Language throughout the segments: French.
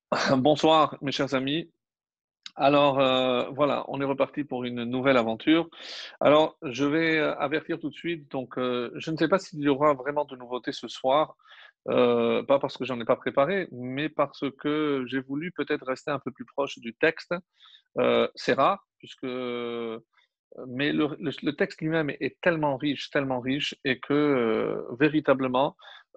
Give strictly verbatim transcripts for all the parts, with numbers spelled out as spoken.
Bonsoir mes chers amis. Alors, heu, voilà, on est reparti pour une nouvelle aventure. Alors, je vais, heu, avertir tout de suite, donc, heu, je ne sais pas s'il y aura vraiment de nouveautés ce soir, heu, pas parce que j'en ai pas préparé, mais parce que j'ai voulu peut-être rester un peu plus proche du texte. Heu, c'est rare puisque, heu, mais le le le texte lui-même est tellement riche, tellement riche et que, heu, véritablement,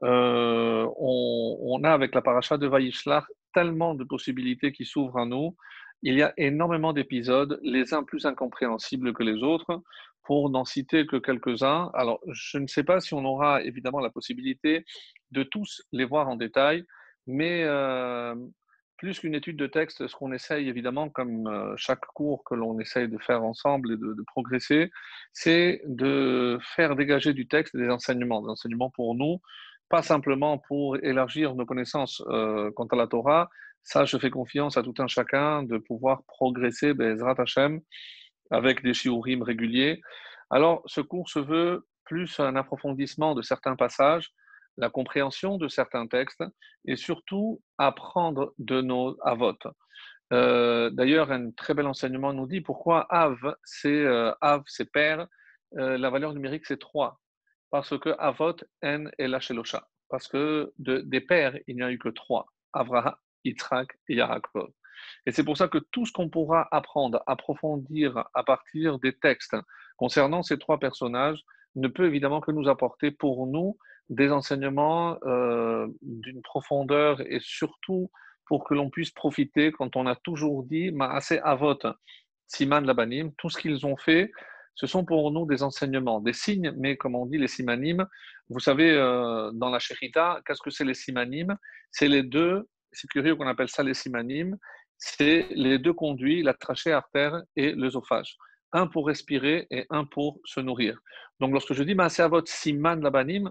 heu, on on a avec la paracha de Vaïshlach tellement de possibilités qui s'ouvrent à nous. Il y a énormément d'épisodes, les uns plus incompréhensibles que les autres. Pour n'en citer que quelques-uns, alors je ne sais pas si on aura évidemment la possibilité de tous les voir en détail, mais hem, plus qu'une étude de texte, ce qu'on essaye évidemment, comme heu, chaque cours que l'on essaye de faire ensemble et de de progresser, c'est de faire dégager du texte des enseignements, des enseignements pour nous, pas simplement pour élargir nos connaissances, heu, quant à la Torah. Ça, je fais confiance à tout un chacun de pouvoir progresser, Be'ezrat Hashem, avec des shiurim réguliers. Alors, ce cours se veut plus un approfondissement de certains passages, la compréhension de certains textes et surtout apprendre de nos avot. Heu, d'ailleurs, un très bel enseignement nous dit pourquoi Av, c'est, heu, Av, c'est père, heu, la valeur numérique, c'est trois. Parce que Avot, En et la Shelosha. Parce que de des pères, il n'y a eu que trois, Avraham, Yitzhak et Yaakov. Et c'est pour ça que tout ce qu'on pourra apprendre, approfondir à partir des textes concernant ces trois personnages ne peut évidemment que nous apporter pour nous des enseignements euh, d'une profondeur et surtout pour que l'on puisse profiter quand on a toujours dit Maaseh Avot, Siman Labanim, tout ce qu'ils ont fait, ce sont pour nous des enseignements, des signes, mais comme on dit les simanim, vous savez, euh, dans la Shechita, qu'est-ce que c'est les simanim? C'est les deux, c'est curieux qu'on appelle ça les simanim, c'est les deux conduits, la trachée artère et l'œsophage. Un pour respirer et un pour se nourrir. Donc lorsque je dis Maaseh Avot Siman Labanim,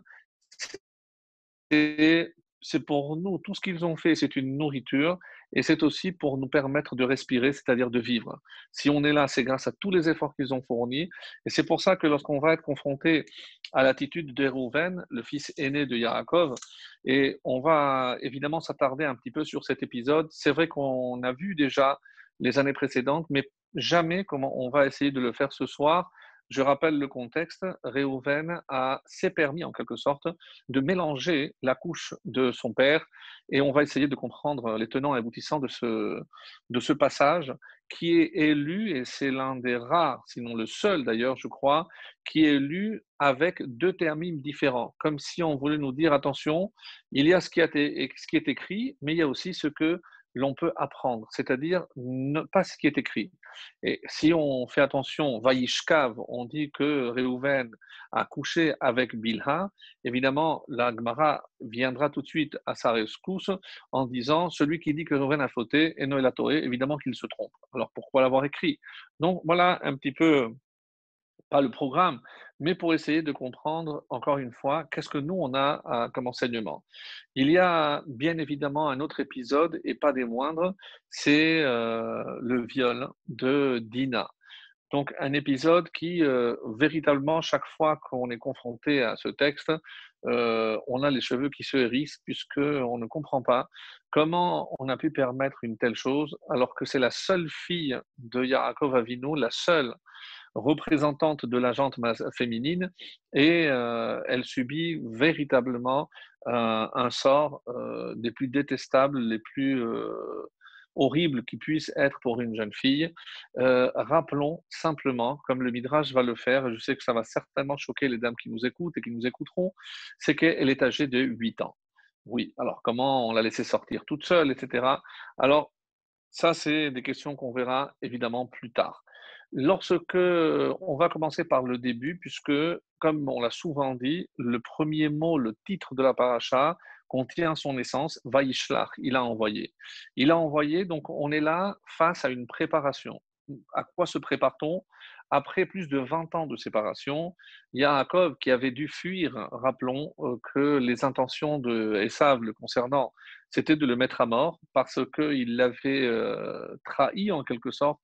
c'est c'est pour nous, tout ce qu'ils ont fait, c'est une nourriture et c'est aussi pour nous permettre de respirer, c'est-à-dire de vivre. Si on est là, c'est grâce à tous les efforts qu'ils ont fournis et c'est pour ça que lorsqu'on va être confronté à l'attitude de Réhouven, le fils aîné de Yaakov, et on va évidemment s'attarder un petit peu sur cet épisode. C'est vrai qu'on a vu déjà les années précédentes, mais jamais comme on va essayer de le faire ce soir. Je rappelle le contexte, Réhouven a s'est permis en quelque sorte de mélanger la couche de son père et on va essayer de comprendre les tenants et aboutissants de ce, de ce passage qui est élu, et c'est l'un des rares, sinon le seul d'ailleurs, je crois, qui est lu avec deux termes différents, comme si on voulait nous dire, attention, il y a ce qui, a été, ce qui est écrit, mais il y a aussi ce que l'on peut apprendre, c'est-à-dire ne pas ce qui est écrit. Et si on fait attention, Vaishkav, on dit que Réhouven a couché avec Bilha. Évidemment, la Gemara viendra tout de suite à sa rescousse en disant celui qui dit que Réhouven a fauté et Noël a toré, évidemment qu'il se trompe. Alors pourquoi l'avoir écrit? Donc voilà un petit peu, pas le programme, mais pour essayer de comprendre encore une fois qu'est-ce que nous on a à- comme enseignement. Il y a bien évidemment un autre épisode et pas des moindres, c'est euh, le viol de Dina. Donc un épisode qui, euh, véritablement, chaque fois qu'on est confronté à ce texte, euh, on a les cheveux qui se hérissent puisqu'on ne comprend pas comment on a pu permettre une telle chose alors que c'est la seule fille de Yaakov Avinu, la seule représentante de la jante féminine, et euh, elle subit véritablement euh, un sort euh, des plus détestables, les plus euh, horribles qui puissent être pour une jeune fille. Euh, rappelons simplement, comme le Midrash va le faire, et je sais que ça va certainement choquer les dames qui nous écoutent et qui nous écouteront, c'est qu'elle est âgée de huit ans. Oui, alors comment on l'a laissée sortir toute seule, et cetera. Alors, ça, c'est des questions qu'on verra évidemment plus tard. Lorsque on va commencer par le début, puisque, comme on l'a souvent dit, le premier mot, le titre de la paracha, contient son essence, Vaishlach, il a envoyé. Il a envoyé, donc on est là face à une préparation. À quoi se prépare-t-on? Après plus de vingt ans de séparation, Yaakov, qui avait dû fuir, rappelons euh, que les intentions de Esav le concernant, c'était de le mettre à mort parce qu'il l'avait euh, trahi en quelque sorte,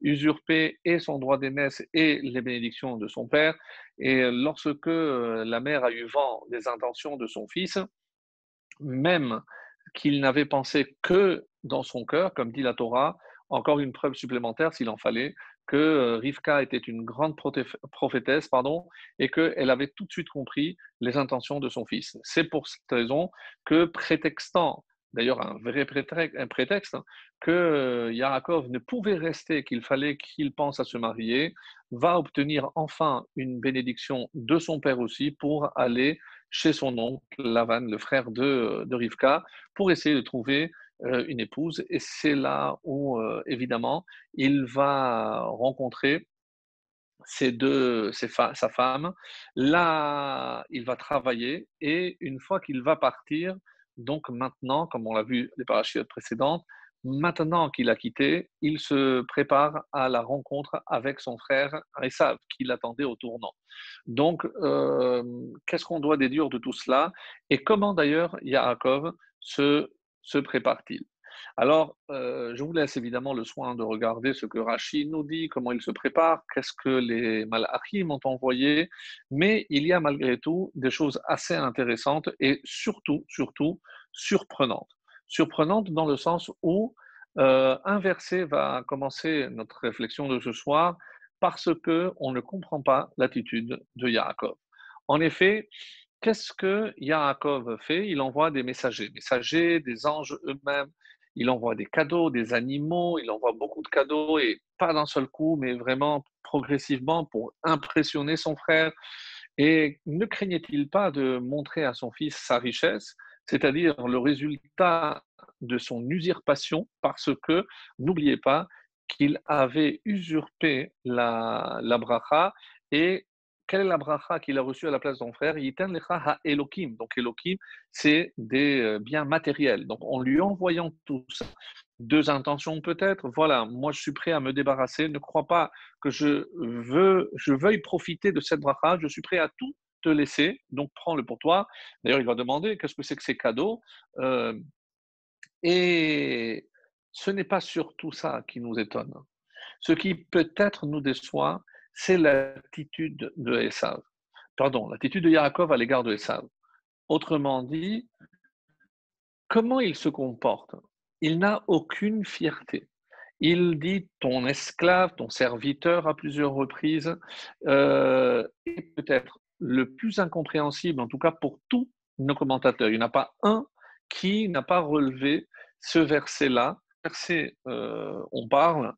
usurpé et son droit d'aînesse et les bénédictions de son père. Et lorsque euh, la mère a eu vent des intentions de son fils, même qu'il n'avait pensé que dans son cœur, comme dit la Torah, encore une preuve supplémentaire s'il en fallait, que euh, Rivka était une grande proté- prophétesse, pardon, et qu'elle avait tout de suite compris les intentions de son fils. C'est pour cette raison que, prétextant, d'ailleurs un vrai prétexte, un prétexte hein, que euh, Yaakov ne pouvait rester, qu'il fallait qu'il pense à se marier, va obtenir enfin une bénédiction de son père aussi pour aller chez son oncle Lavan, le frère de, de Rivka, pour essayer de trouver euh, une épouse. Et c'est là où, euh, évidemment, il va rencontrer ses deux, ses fa- sa femme. Là, il va travailler et une fois qu'il va partir, donc maintenant, comme on l'a vu les parachutes précédentes, maintenant qu'il a quitté, il se prépare à la rencontre avec son frère Esav, qui l'attendait au tournant. Donc, euh, qu'est-ce qu'on doit déduire de tout cela et comment d'ailleurs Yaakov se, se prépare-t-il? Alors, euh, je vous laisse évidemment le soin de regarder ce que Rachid nous dit, comment il se prépare, qu'est-ce que les Malachim ont envoyé, mais il y a malgré tout des choses assez intéressantes et surtout, surtout, surprenantes. Surprenantes dans le sens où euh, un verset va commencer notre réflexion de ce soir parce que on ne comprend pas l'attitude de Yaakov. En effet, qu'est-ce que Yaakov fait? Il envoie des messagers, messagers, des anges eux-mêmes. Il envoie des cadeaux, des animaux, il envoie beaucoup de cadeaux et pas d'un seul coup, mais vraiment progressivement pour impressionner son frère. Et ne craignait-il pas de montrer à son fils sa richesse, c'est-à-dire le résultat de son usurpation, parce que n'oubliez pas qu'il avait usurpé la, la bracha et quelle est la bracha qu'il a reçue à la place de son frère? Yiten lecha ha Elokim. Donc Elokim, c'est des euh, biens matériels. Donc en lui envoyant tout ça, deux intentions peut-être. Voilà, moi je suis prêt à me débarrasser. Ne crois pas que je veux, je veuille profiter de cette bracha. Je suis prêt à tout te laisser. Donc prends-le pour toi. D'ailleurs, il va demander qu'est-ce que c'est que ces cadeaux. Euh, et ce n'est pas surtout ça qui nous étonne. Ce qui peut-être nous déçoit, c'est l'attitude de Esav. Pardon, l'attitude de Yaakov à l'égard de Esav. Autrement dit, comment il se comporte? Il n'a aucune fierté. Il dit ton esclave, ton serviteur à plusieurs reprises, euh, et peut-être le plus incompréhensible, en tout cas pour tous nos commentateurs. Il n'y en a pas un qui n'a pas relevé ce verset-là. Verset, euh, on parle,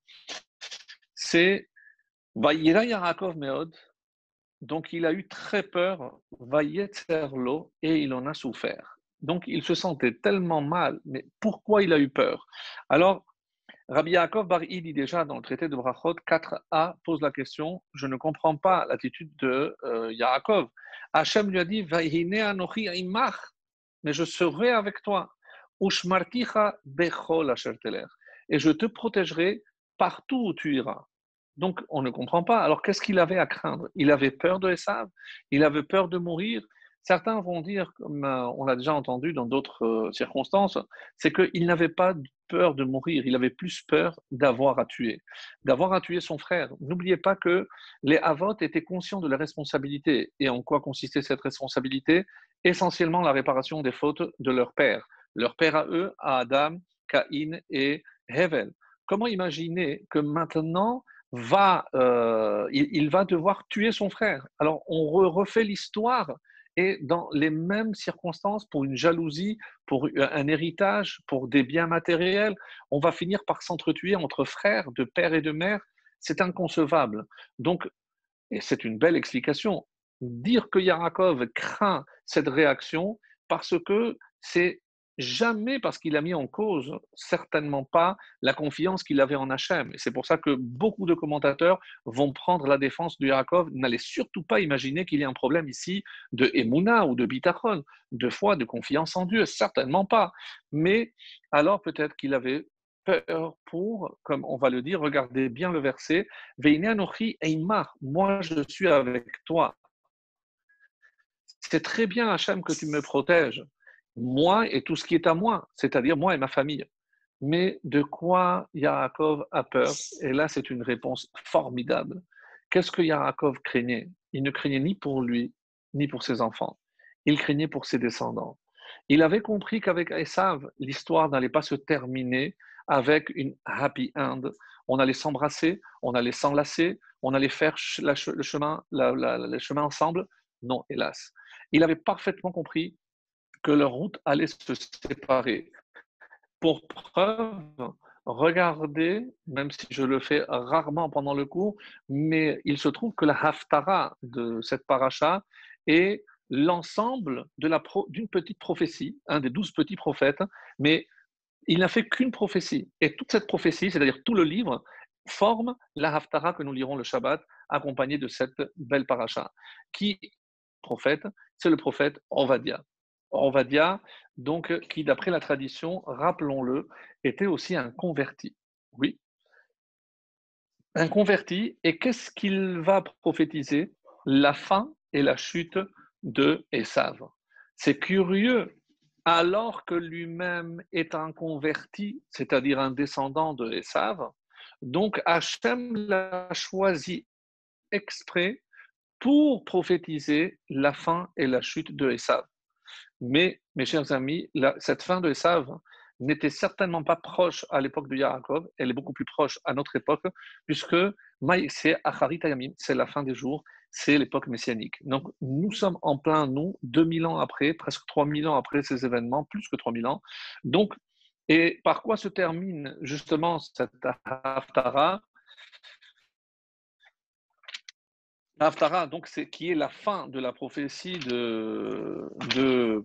c'est Vayira Yaakov Meod. Donc il a eu très peur, Vayetzerlo, et il en a souffert. Donc il se sentait tellement mal, mais pourquoi il a eu peur? Alors, Rabbi Yaakov Bar-I dit déjà dans le traité de Brachot quatre a pose la question, je ne comprends pas l'attitude de euh, Yaakov. Hachem lui a dit, Vahine anochi imach, mais je serai avec toi. Ushmarticha bechol asher teler, et je te protégerai partout où tu iras. Donc on ne comprend pas. Alors qu'est-ce qu'il avait à craindre? Il avait peur de Esav, il avait peur de mourir. Certains vont dire, comme euh, on l'a déjà entendu dans d'autres euh, circonstances, c'est qu'il n'avait pas peur de mourir, il avait plus peur d'avoir à tuer, d'avoir à tuer son frère. N'oubliez pas que les Havot étaient conscients de la responsabilité. Et en quoi consistait cette responsabilité? Essentiellement la réparation des fautes de leur père. Leur père à eux, à Adam, Caïn et Hevel. Comment imaginer que maintenant, va, euh, il, il, va devoir tuer son frère? Alors on re refait l'histoire et dans les mêmes circonstances, pour une jalousie, pour un héritage, pour des biens matériels, on va finir par s'entretuer entre frères, de père et de mère. C'est inconcevable. Donc, et c'est une belle explication, dire que Yaakov craint cette réaction parce que c'est jamais parce qu'il a mis en cause, certainement pas, la confiance qu'il avait en Hachem. Et c'est pour ça que beaucoup de commentateurs vont prendre la défense de Yaakov. N'allez surtout pas imaginer qu'il y a un problème ici de Emouna ou de Bitachon, de foi, de confiance en Dieu. Certainement pas. Mais alors peut-être qu'il avait peur pour, comme on va le dire, regardez bien le verset, Veine anochi eimach, moi je suis avec toi. C'est très bien, Hachem, que tu me protèges, moi et tout ce qui est à moi, c'est-à-dire moi et ma famille. Mais de quoi Yaakov a peur? Et là, c'est une réponse formidable. Qu'est-ce que Yaakov craignait? Il ne craignait ni pour lui, ni pour ses enfants. Il craignait pour ses descendants. Il avait compris qu'avec Esav, l'histoire n'allait pas se terminer avec une happy end. On allait s'embrasser, on allait s'enlacer, on allait faire le chemin, la, la, le chemin ensemble. Non, hélas. Il avait parfaitement compris que leur route allait se séparer. Pour preuve, regardez, même si je le fais rarement pendant le cours, mais il se trouve que la haftara de cette paracha est l'ensemble d'une petite prophétie, un des douze petits prophètes, mais il n'a fait qu'une prophétie. Et toute cette prophétie, c'est-à-dire tout le livre, forme la haftara que nous lirons le Shabbat, accompagnée de cette belle paracha. Qui est le prophète? C'est le prophète Ovadia. Ovadia, donc, qui, d'après la tradition, rappelons-le, était aussi un converti. Oui, un converti. Et qu'est-ce qu'il va prophétiser? La fin et la chute de Esav. C'est curieux, alors que lui-même est un converti, c'est-à-dire un descendant de Esav, donc Hachem l'a choisi exprès pour prophétiser la fin et la chute de Esav. Mais, mes chers amis, la, cette fin de Esav n'était certainement pas proche à l'époque de Yaakov, elle est beaucoup plus proche à notre époque, puisque c'est Acharit Hayamim, c'est la fin des jours, c'est l'époque messianique. Donc nous sommes en plein, nous, deux mille ans après, presque trois mille ans après ces événements, plus que trois mille ans. Donc, et par quoi se termine justement cette Haftara? Haftara, donc, c'est qui est la fin de la prophétie de, de,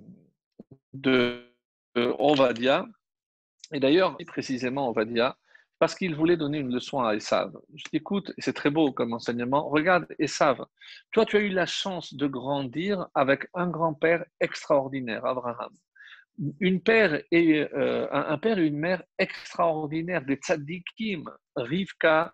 de, de Ovadia. Et d'ailleurs, précisément Ovadia, parce qu'il voulait donner une leçon à Esav. Je t'écoute, c'est très beau comme enseignement. Regarde, Esav, toi, tu as eu la chance de grandir avec un grand-père extraordinaire, Abraham. Une père et, euh, un, un père et une mère extraordinaires, des tzadikim, Rivka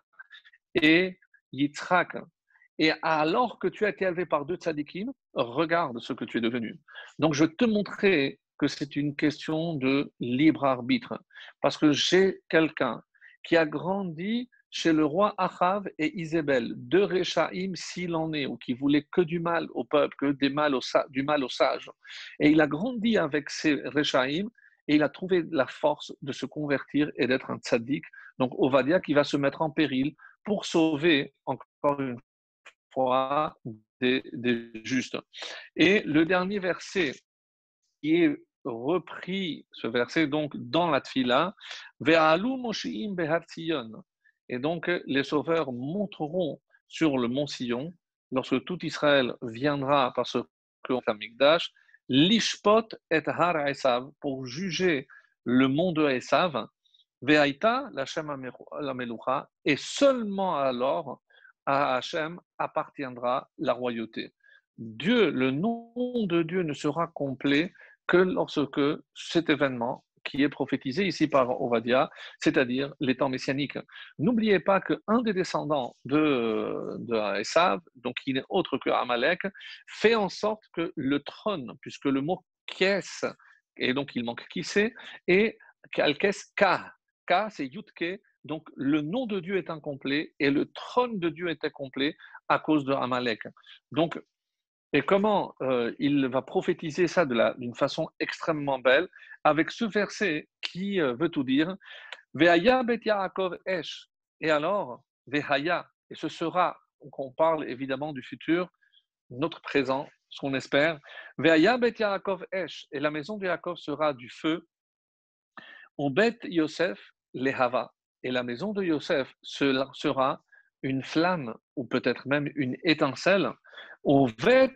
et Yitzhak. Et alors que tu as été élevé par deux tzadikim, regarde ce que tu es devenu. Donc, je te montrais que c'est une question de libre arbitre. Parce que j'ai quelqu'un qui a grandi chez le roi Achav et Isabelle, deux Réchaïm s'il en est, ou qui voulaient que du mal au peuple, que des mal au, du mal aux sages. Et il a grandi avec ces Réchaïm et il a trouvé la force de se convertir et d'être un tzaddik. Donc, Ovadia qui va se mettre en péril pour sauver, encore une fois, des, des justes. Et le dernier verset qui est repris, ce verset donc dans la Tfila, Ve'alu Moshiim Behar Tzion. Et donc les sauveurs monteront sur le mont Sion lorsque tout Israël viendra parce que fait Mikdash, l'Ishpot et Har Esav, pour juger le mont de Esav, Ve'aita l'Hashem la Melucha, et seulement alors à Hachem appartiendra la royauté. Dieu, le nom de Dieu ne sera complet que lorsque cet événement qui est prophétisé ici par Ovadia, c'est-à-dire les temps messianiques. N'oubliez pas qu'un des descendants de, de Esav, donc qui n'est autre que Amalek, fait en sorte que le trône, puisque le mot Kies, et donc il manque qui c'est, et Kalkes Ka. Ka, c'est Yutke, donc le nom de Dieu est incomplet et le trône de Dieu est incomplet à cause de Amalek. Donc, et comment euh, il va prophétiser ça d'une façon extrêmement belle avec ce verset qui euh, veut tout dire. Ve'aya bet Yaakov esh. Et alors, Ve'haya. Et ce sera, donc on parle évidemment du futur, notre présent, ce qu'on espère. Ve'aya bet Yaakov esh. Et la maison de Yaakov sera du feu. Ou bet Yosef lehava. Et la maison de Yosef sera une flamme, ou peut-être même une étincelle. Au vet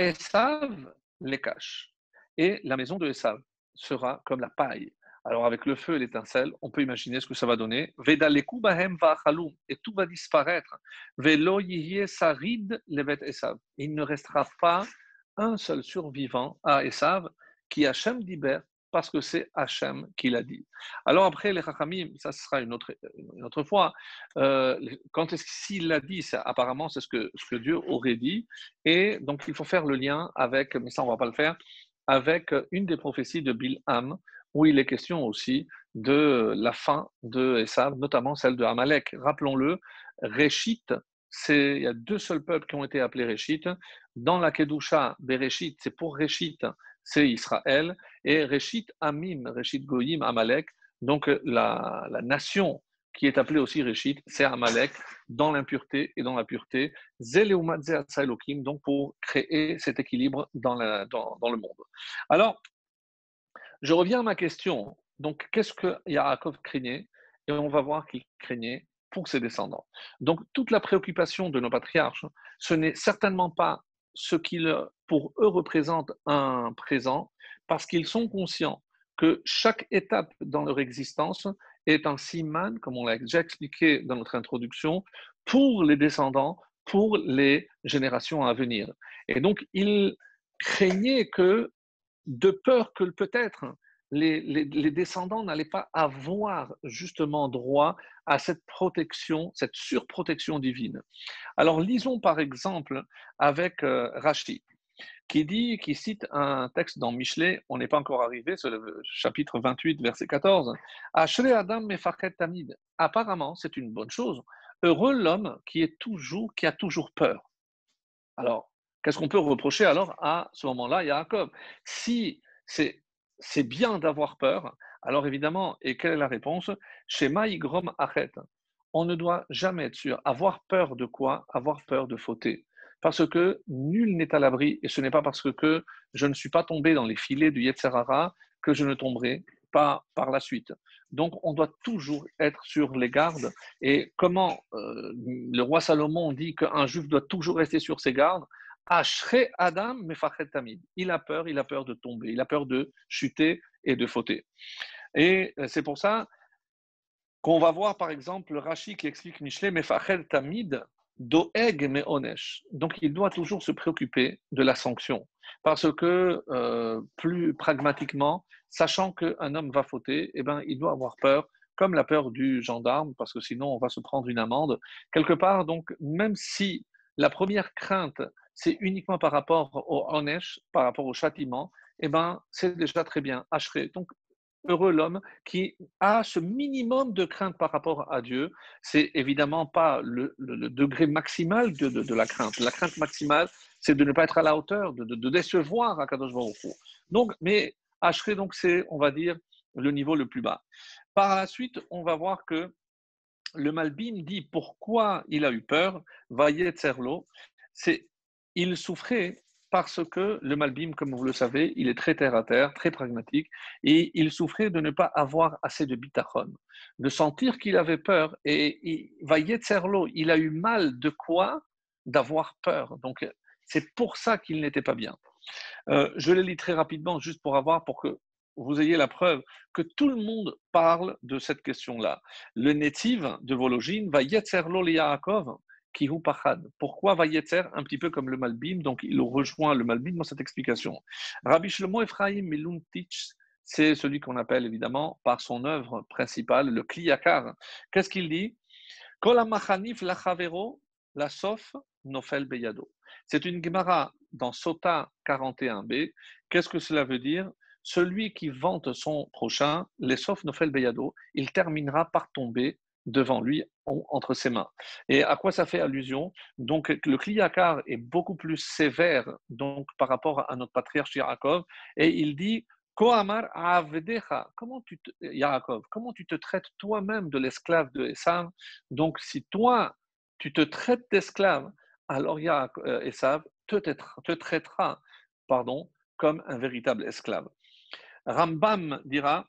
Esav les cache. Et la maison de Esav sera comme la paille. Alors avec le feu et l'étincelle, on peut imaginer ce que ça va donner. Vedaleku bahem va'achalum, et tout va disparaître. Velo yihye sarid levet Esav. Il ne restera pas un seul survivant à Esav qui Hachem diber, parce que c'est Hachem qui l'a dit. Alors après, les Chachamim, ça sera une autre, une autre fois. Euh, quand est-ce qu'il l'a dit, ça, apparemment, c'est ce que, ce que Dieu aurait dit. Et donc, il faut faire le lien avec, mais ça, on ne va pas le faire, avec une des prophéties de Bilham, où il est question aussi de la fin de Esav, notamment celle de Amalek. Rappelons-le, Réchit, il y a deux seuls peuples qui ont été appelés Réchit. Dans la Kedusha, Bereshit, c'est pour Réchit c'est Israël, et Réchit Amim, Réchit Goyim, Amalek, donc la, la nation qui est appelée aussi Réchit, c'est Amalek, dans l'impureté et dans la pureté, Zeleumat Zeatsa Elohim, donc pour créer cet équilibre dans, la, dans, dans le monde. Alors, je reviens à ma question. Donc, qu'est-ce que Yaakov craignait? Et on va voir qu'il craignait pour ses descendants. Donc, toute la préoccupation de nos patriarches, ce n'est certainement pas ce qu'il, pour eux, représente un présent, parce qu'ils sont conscients que chaque étape dans leur existence est un siman, comme on l'a déjà expliqué dans notre introduction, pour les descendants, pour les générations à venir. Et donc, ils craignaient que, de peur que peut-être les, les, les descendants n'allaient pas avoir justement droit à cette protection, cette surprotection divine. Alors lisons par exemple avec euh, Rashi, qui dit, qui cite un texte dans Michelet, on n'est pas encore arrivé, c'est le chapitre vingt-huit, verset quatorze. Ashrei Adam mefachet tamid. Apparemment, c'est une bonne chose. Heureux l'homme qui est toujours, qui a toujours peur. Alors, qu'est-ce qu'on peut reprocher alors à ce moment-là à Yaakov? Si c'est, c'est bien d'avoir peur, alors évidemment, et quelle est la réponse? Shema igrom achet. On ne doit jamais être sûr. Avoir peur de quoi? Avoir peur de fauter. Parce que nul n'est à l'abri, et ce n'est pas parce que je ne suis pas tombé dans les filets du Yetzer Hara que je ne tomberai pas par la suite. Donc, on doit toujours être sur les gardes. Et comment euh, le roi Salomon dit qu'un juif doit toujours rester sur ses gardes? Ashrei Adam mefachet tamid. Il a peur, il a peur de tomber, il a peur de chuter et de fauter. Et c'est pour ça qu'on va voir, par exemple, Rashi qui explique Michelet, mefachet tamid doeg meonesh. Donc, il doit toujours se préoccuper de la sanction. Parce que, euh, plus pragmatiquement, sachant qu'un homme va fauter, eh ben, il doit avoir peur, comme la peur du gendarme, parce que sinon, on va se prendre une amende. Quelque part, donc, même si la première crainte, c'est uniquement par rapport au onesh, par rapport au châtiment, eh ben, c'est déjà très bien. Ashrei. Donc, heureux l'homme qui a ce minimum de crainte par rapport à Dieu. C'est évidemment pas le, le, le degré maximal de, de, de, la crainte. La crainte maximale, c'est de ne pas être à la hauteur, de, de, de décevoir Akadosh Baruch Hu. Donc, mais Ashrei, donc, c'est, on va dire, le niveau le plus bas. Par la suite, on va voir que le Malbim dit pourquoi il a eu peur, Vayetzerlo, c'est il souffrait parce que le Malbim, comme vous le savez, il est très terre à terre, très pragmatique, et il souffrait de ne pas avoir assez de bitachon, de sentir qu'il avait peur, et Vayetzerlo, il a eu mal de quoi? D'avoir peur. Donc c'est pour ça qu'il n'était pas bien. Euh, je les lis très rapidement, juste pour avoir, pour que vous ayez la preuve que tout le monde parle de cette question-là. Le Netiv de Vologine va Yetzer lo Yaakov qui hu pachad. Pourquoi va Yetzer? Un petit peu comme le Malbim, donc il rejoint le Malbim dans cette explication. Rabbi Shlomo Ephraim Miluntich, c'est celui qu'on appelle évidemment par son œuvre principale, le Kliyakar. Qu'est-ce qu'il dit? Kol hamachanif lachavero, la sof nofel beyado. C'est une Gemara dans Sota quarante et un b. Qu'est-ce que cela veut dire? Celui qui vante son prochain, les sof nofel beyado, il terminera par tomber devant lui, entre ses mains. Et à quoi ça fait allusion? Donc le Kliyakar est beaucoup plus sévère donc, par rapport à notre patriarche Yaakov, et il dit Kohamar Avdecha, comment tu te, Yaakov, comment tu te traites toi-même de l'esclave de Esav? Donc, si toi, tu te traites d'esclave, alors Yaakov, euh, Esav te, te traitera pardon, comme un véritable esclave. Rambam dira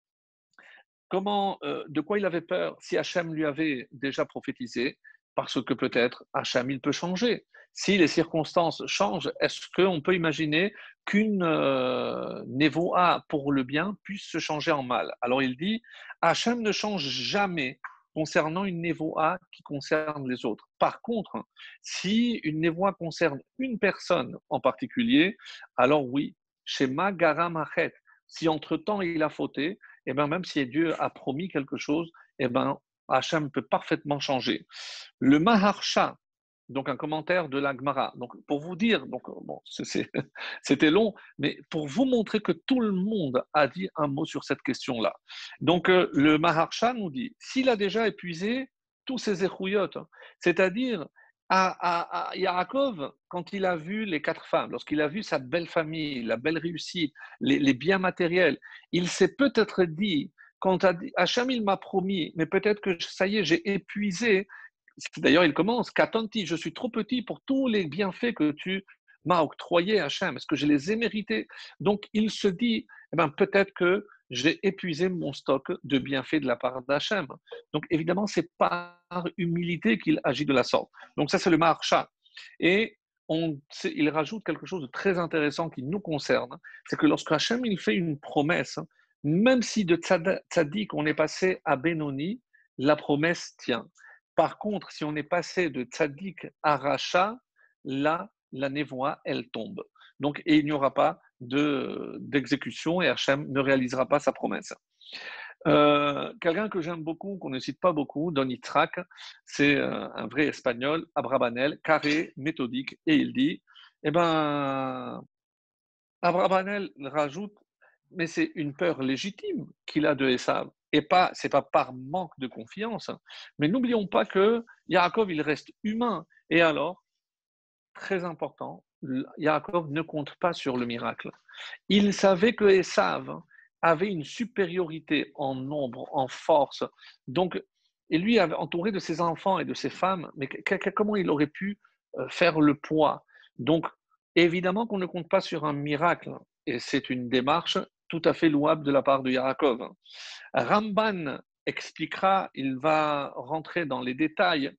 comment, euh, de quoi il avait peur si Hachem lui avait déjà prophétisé, parce que peut-être Hachem, il peut changer. Si les circonstances changent, est-ce qu'on peut imaginer qu'une euh, névoa pour le bien puisse se changer en mal? Alors il dit, Hachem ne change jamais concernant une névoa qui concerne les autres. Par contre, si une névoa concerne une personne en particulier, alors oui, Shema Garam Achet, si entre-temps il a fauté, et bien même si Dieu a promis quelque chose, et ben Hachem peut parfaitement changer. Le Maharsha, donc un commentaire de la Gemara. Donc pour vous dire, donc bon, c'est, c'était long, mais pour vous montrer que tout le monde a dit un mot sur cette question-là. Donc euh, le Maharsha nous dit, s'il a déjà épuisé tous ses échouillotes, c'est-à-dire À, à, à Yaakov, quand il a vu les quatre femmes, lorsqu'il a vu sa belle famille, la belle réussite, les, les biens matériels, il s'est peut-être dit, quand Hacham il m'a promis, mais peut-être que ça y est, j'ai épuisé. D'ailleurs, il commence, Katanti, je suis trop petit pour tous les bienfaits que tu m'as octroyés, Hachem, est-ce que je les ai mérités? Donc, il se dit, eh ben, peut-être que j'ai épuisé mon stock de bienfaits de la part d'Hachem. Donc, évidemment, c'est par humilité qu'il agit de la sorte. Donc, ça, c'est le marcha. Et on, il rajoute quelque chose de très intéressant qui nous concerne, c'est que lorsque Hachem il fait une promesse, même si de tzaddik on est passé à Benoni, la promesse tient. Par contre, si on est passé de tzaddik à racha, là, la névoie, elle tombe. Donc, et il n'y aura pas de, d'exécution et Hachem ne réalisera pas sa promesse. Euh, quelqu'un que j'aime beaucoup, qu'on ne cite pas beaucoup, Don Yitzhak, c'est euh, un vrai espagnol, Abrabanel, carré, méthodique, et il dit, eh ben, Abrabanel rajoute, mais c'est une peur légitime qu'il a de Esav, et pas, c'est pas par manque de confiance, mais n'oublions pas que Yaakov, il reste humain, et alors, très important, Yaakov ne compte pas sur le miracle. Il savait que Esav avait une supériorité en nombre, en force. Donc, et lui, entouré de ses enfants et de ses femmes, mais comment il aurait pu faire le poids? Donc, évidemment qu'on ne compte pas sur un miracle. Et c'est une démarche tout à fait louable de la part de Yaakov. Ramban expliquera, il va rentrer dans les détails.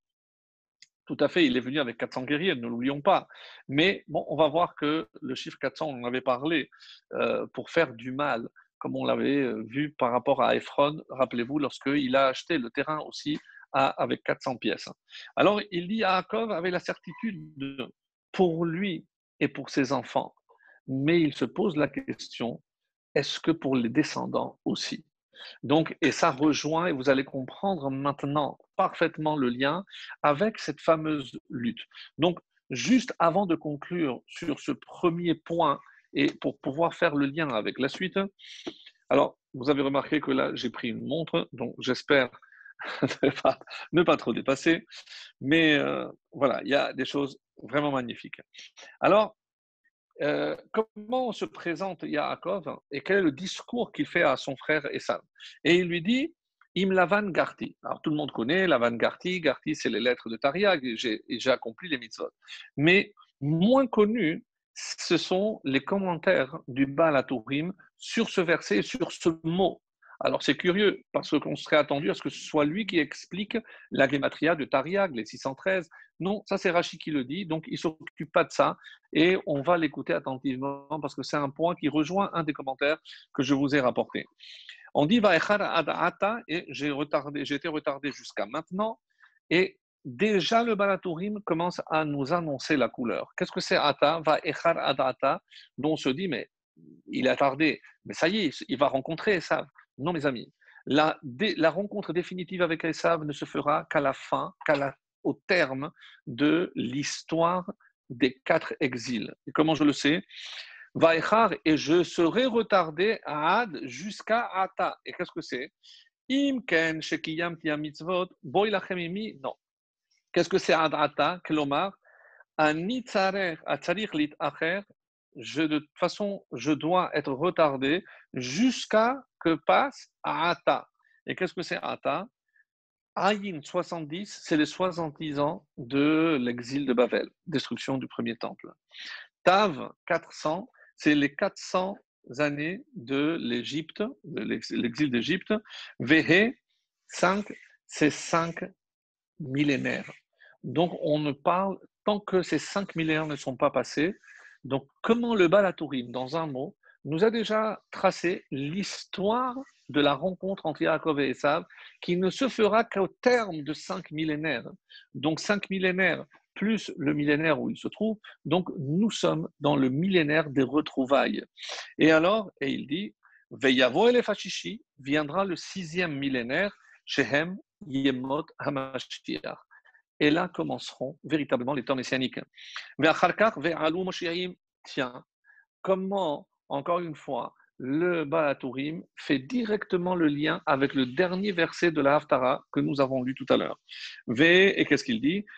Tout à fait, il est venu avec quatre cents guerriers, ne l'oublions pas. Mais bon, on va voir que le chiffre quatre cents, on en avait parlé, euh, pour faire du mal, comme on l'avait vu par rapport à Ephron, rappelez-vous, lorsqu'il a acheté le terrain aussi à, avec quatre cents pièces. Alors, il dit à Yaakov avait la certitude de, pour lui et pour ses enfants, mais il se pose la question, est-ce que pour les descendants aussi? Donc, et ça rejoint, et vous allez comprendre maintenant parfaitement le lien avec cette fameuse lutte. Donc, juste avant de conclure sur ce premier point, et pour pouvoir faire le lien avec la suite, alors, vous avez remarqué que là, j'ai pris une montre, donc j'espère ne, pas, ne pas trop dépasser, mais euh, voilà, il y a des choses vraiment magnifiques. Alors, euh, comment se présente Yaakov et quel est le discours qu'il fait à son frère Esav? Et il lui dit, Im Lavan Garti. Alors tout le monde connaît Lavan Garti. Garti, c'est les lettres de Tariag et j'ai, et j'ai accompli les mitzvot. Mais moins connu, ce sont les commentaires du Baal HaTurim sur ce verset et sur ce mot. Alors c'est curieux parce qu'on serait attendu à ce que ce soit lui qui explique la gématria de Tariag, les six cent treize. Non, ça c'est Rashi qui le dit, donc il ne s'occupe pas de ça et on va l'écouter attentivement parce que c'est un point qui rejoint un des commentaires que je vous ai rapporté. On dit Vaechar ad ata et j'ai retardé, j'ai été retardé jusqu'à maintenant et déjà le Balatourim commence à nous annoncer la couleur. Qu'est-ce que c'est ata? Vaechar ad ata, dont on se dit mais il a tardé, mais ça y est, il va rencontrer Esav. Non mes amis, la, la rencontre définitive avec Esav ne se fera qu'à la fin, qu'à la, au terme de l'histoire des quatre exils. Et comment je le sais? Vaïchar, et je serai retardé à Ad jusqu'à Ata. Et qu'est-ce que c'est? Imken shekiyam tia mitzvot, boy lachem imi, non. Qu'est-ce que c'est Ad Ata? Kelomar, ani tzarer, atzarir lit acher, je, de toute façon, je dois être retardé jusqu'à que passe à Ata. Et qu'est-ce que c'est Ata? Ayin soixante-dix, c'est les soixante-dix ans de l'exil de Babel, destruction du premier temple. Tav, quatre cents, c'est les quatre cents années de l'Égypte, de l'exil d'Égypte. Vehe, cinq, c'est cinq millénaires. Donc on ne parle, tant que ces cinq millénaires ne sont pas passés, donc comment le Baal HaTurim, dans un mot, nous a déjà tracé l'histoire de la rencontre entre Yaakov et Esav, qui ne se fera qu'au terme de cinq millénaires. Donc cinq millénaires plus le millénaire où il se trouve, donc nous sommes dans le millénaire des retrouvailles. Et alors, et il dit, Veyavo el Fashishi, viendra le sixième millénaire, Shehem Yemot Hamashiach. Et là commenceront véritablement les temps messianiques. Tiens, comment, encore une fois, le Baal fait directement le lien avec le dernier verset de la Haftara que nous avons lu tout à l'heure. Ve, et qu'est-ce qu'il dit?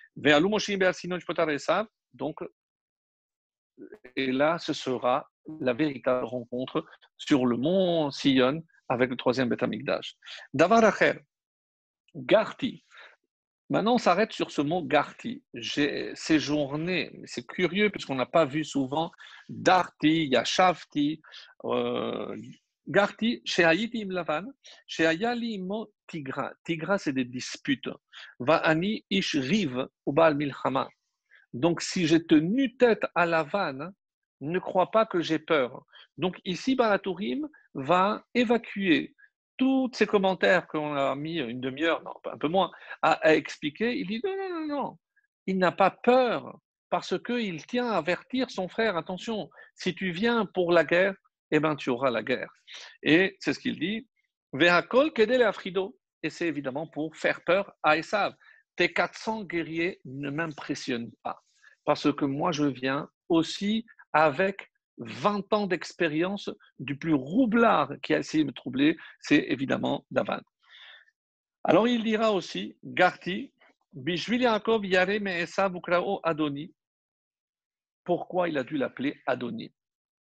Donc, et là, ce sera la véritable rencontre sur le mont Sion avec le troisième Beth Amikdash. Davar Acher, Garti. Maintenant, on s'arrête sur ce mot Garti. J'ai séjourné, c'est curieux puisqu'on n'a pas vu souvent Darti, Yashavti, euh, Garti, chez Haïti Imlavan, chez Ayali Imo Tigra. Tigra, c'est des disputes. Va'ani Ish Riv, Ubal Milchama. Donc, si j'ai tenu tête à la vanne, ne crois pas que j'ai peur. Donc, ici, Baratourim va évacuer tous ces commentaires qu'on a mis une demi-heure, non, un peu moins, à, à expliquer. Il dit non, non, non, non. Il n'a pas peur parce qu'il tient à avertir son frère. Attention, si tu viens pour la guerre, eh ben, tu auras la guerre. Et c'est ce qu'il dit. Vehakol kedele afrido. Et c'est évidemment pour faire peur à Esav. Tes quatre cents guerriers ne m'impressionnent pas. Parce que moi, je viens aussi avec vingt ans d'expérience du plus roublard qui a essayé de me troubler, c'est évidemment Davan. Alors il dira aussi, Garti, Bishvil Yaakov Yare me Esav Ukrao Adoni. Pourquoi il a dû l'appeler Adoni?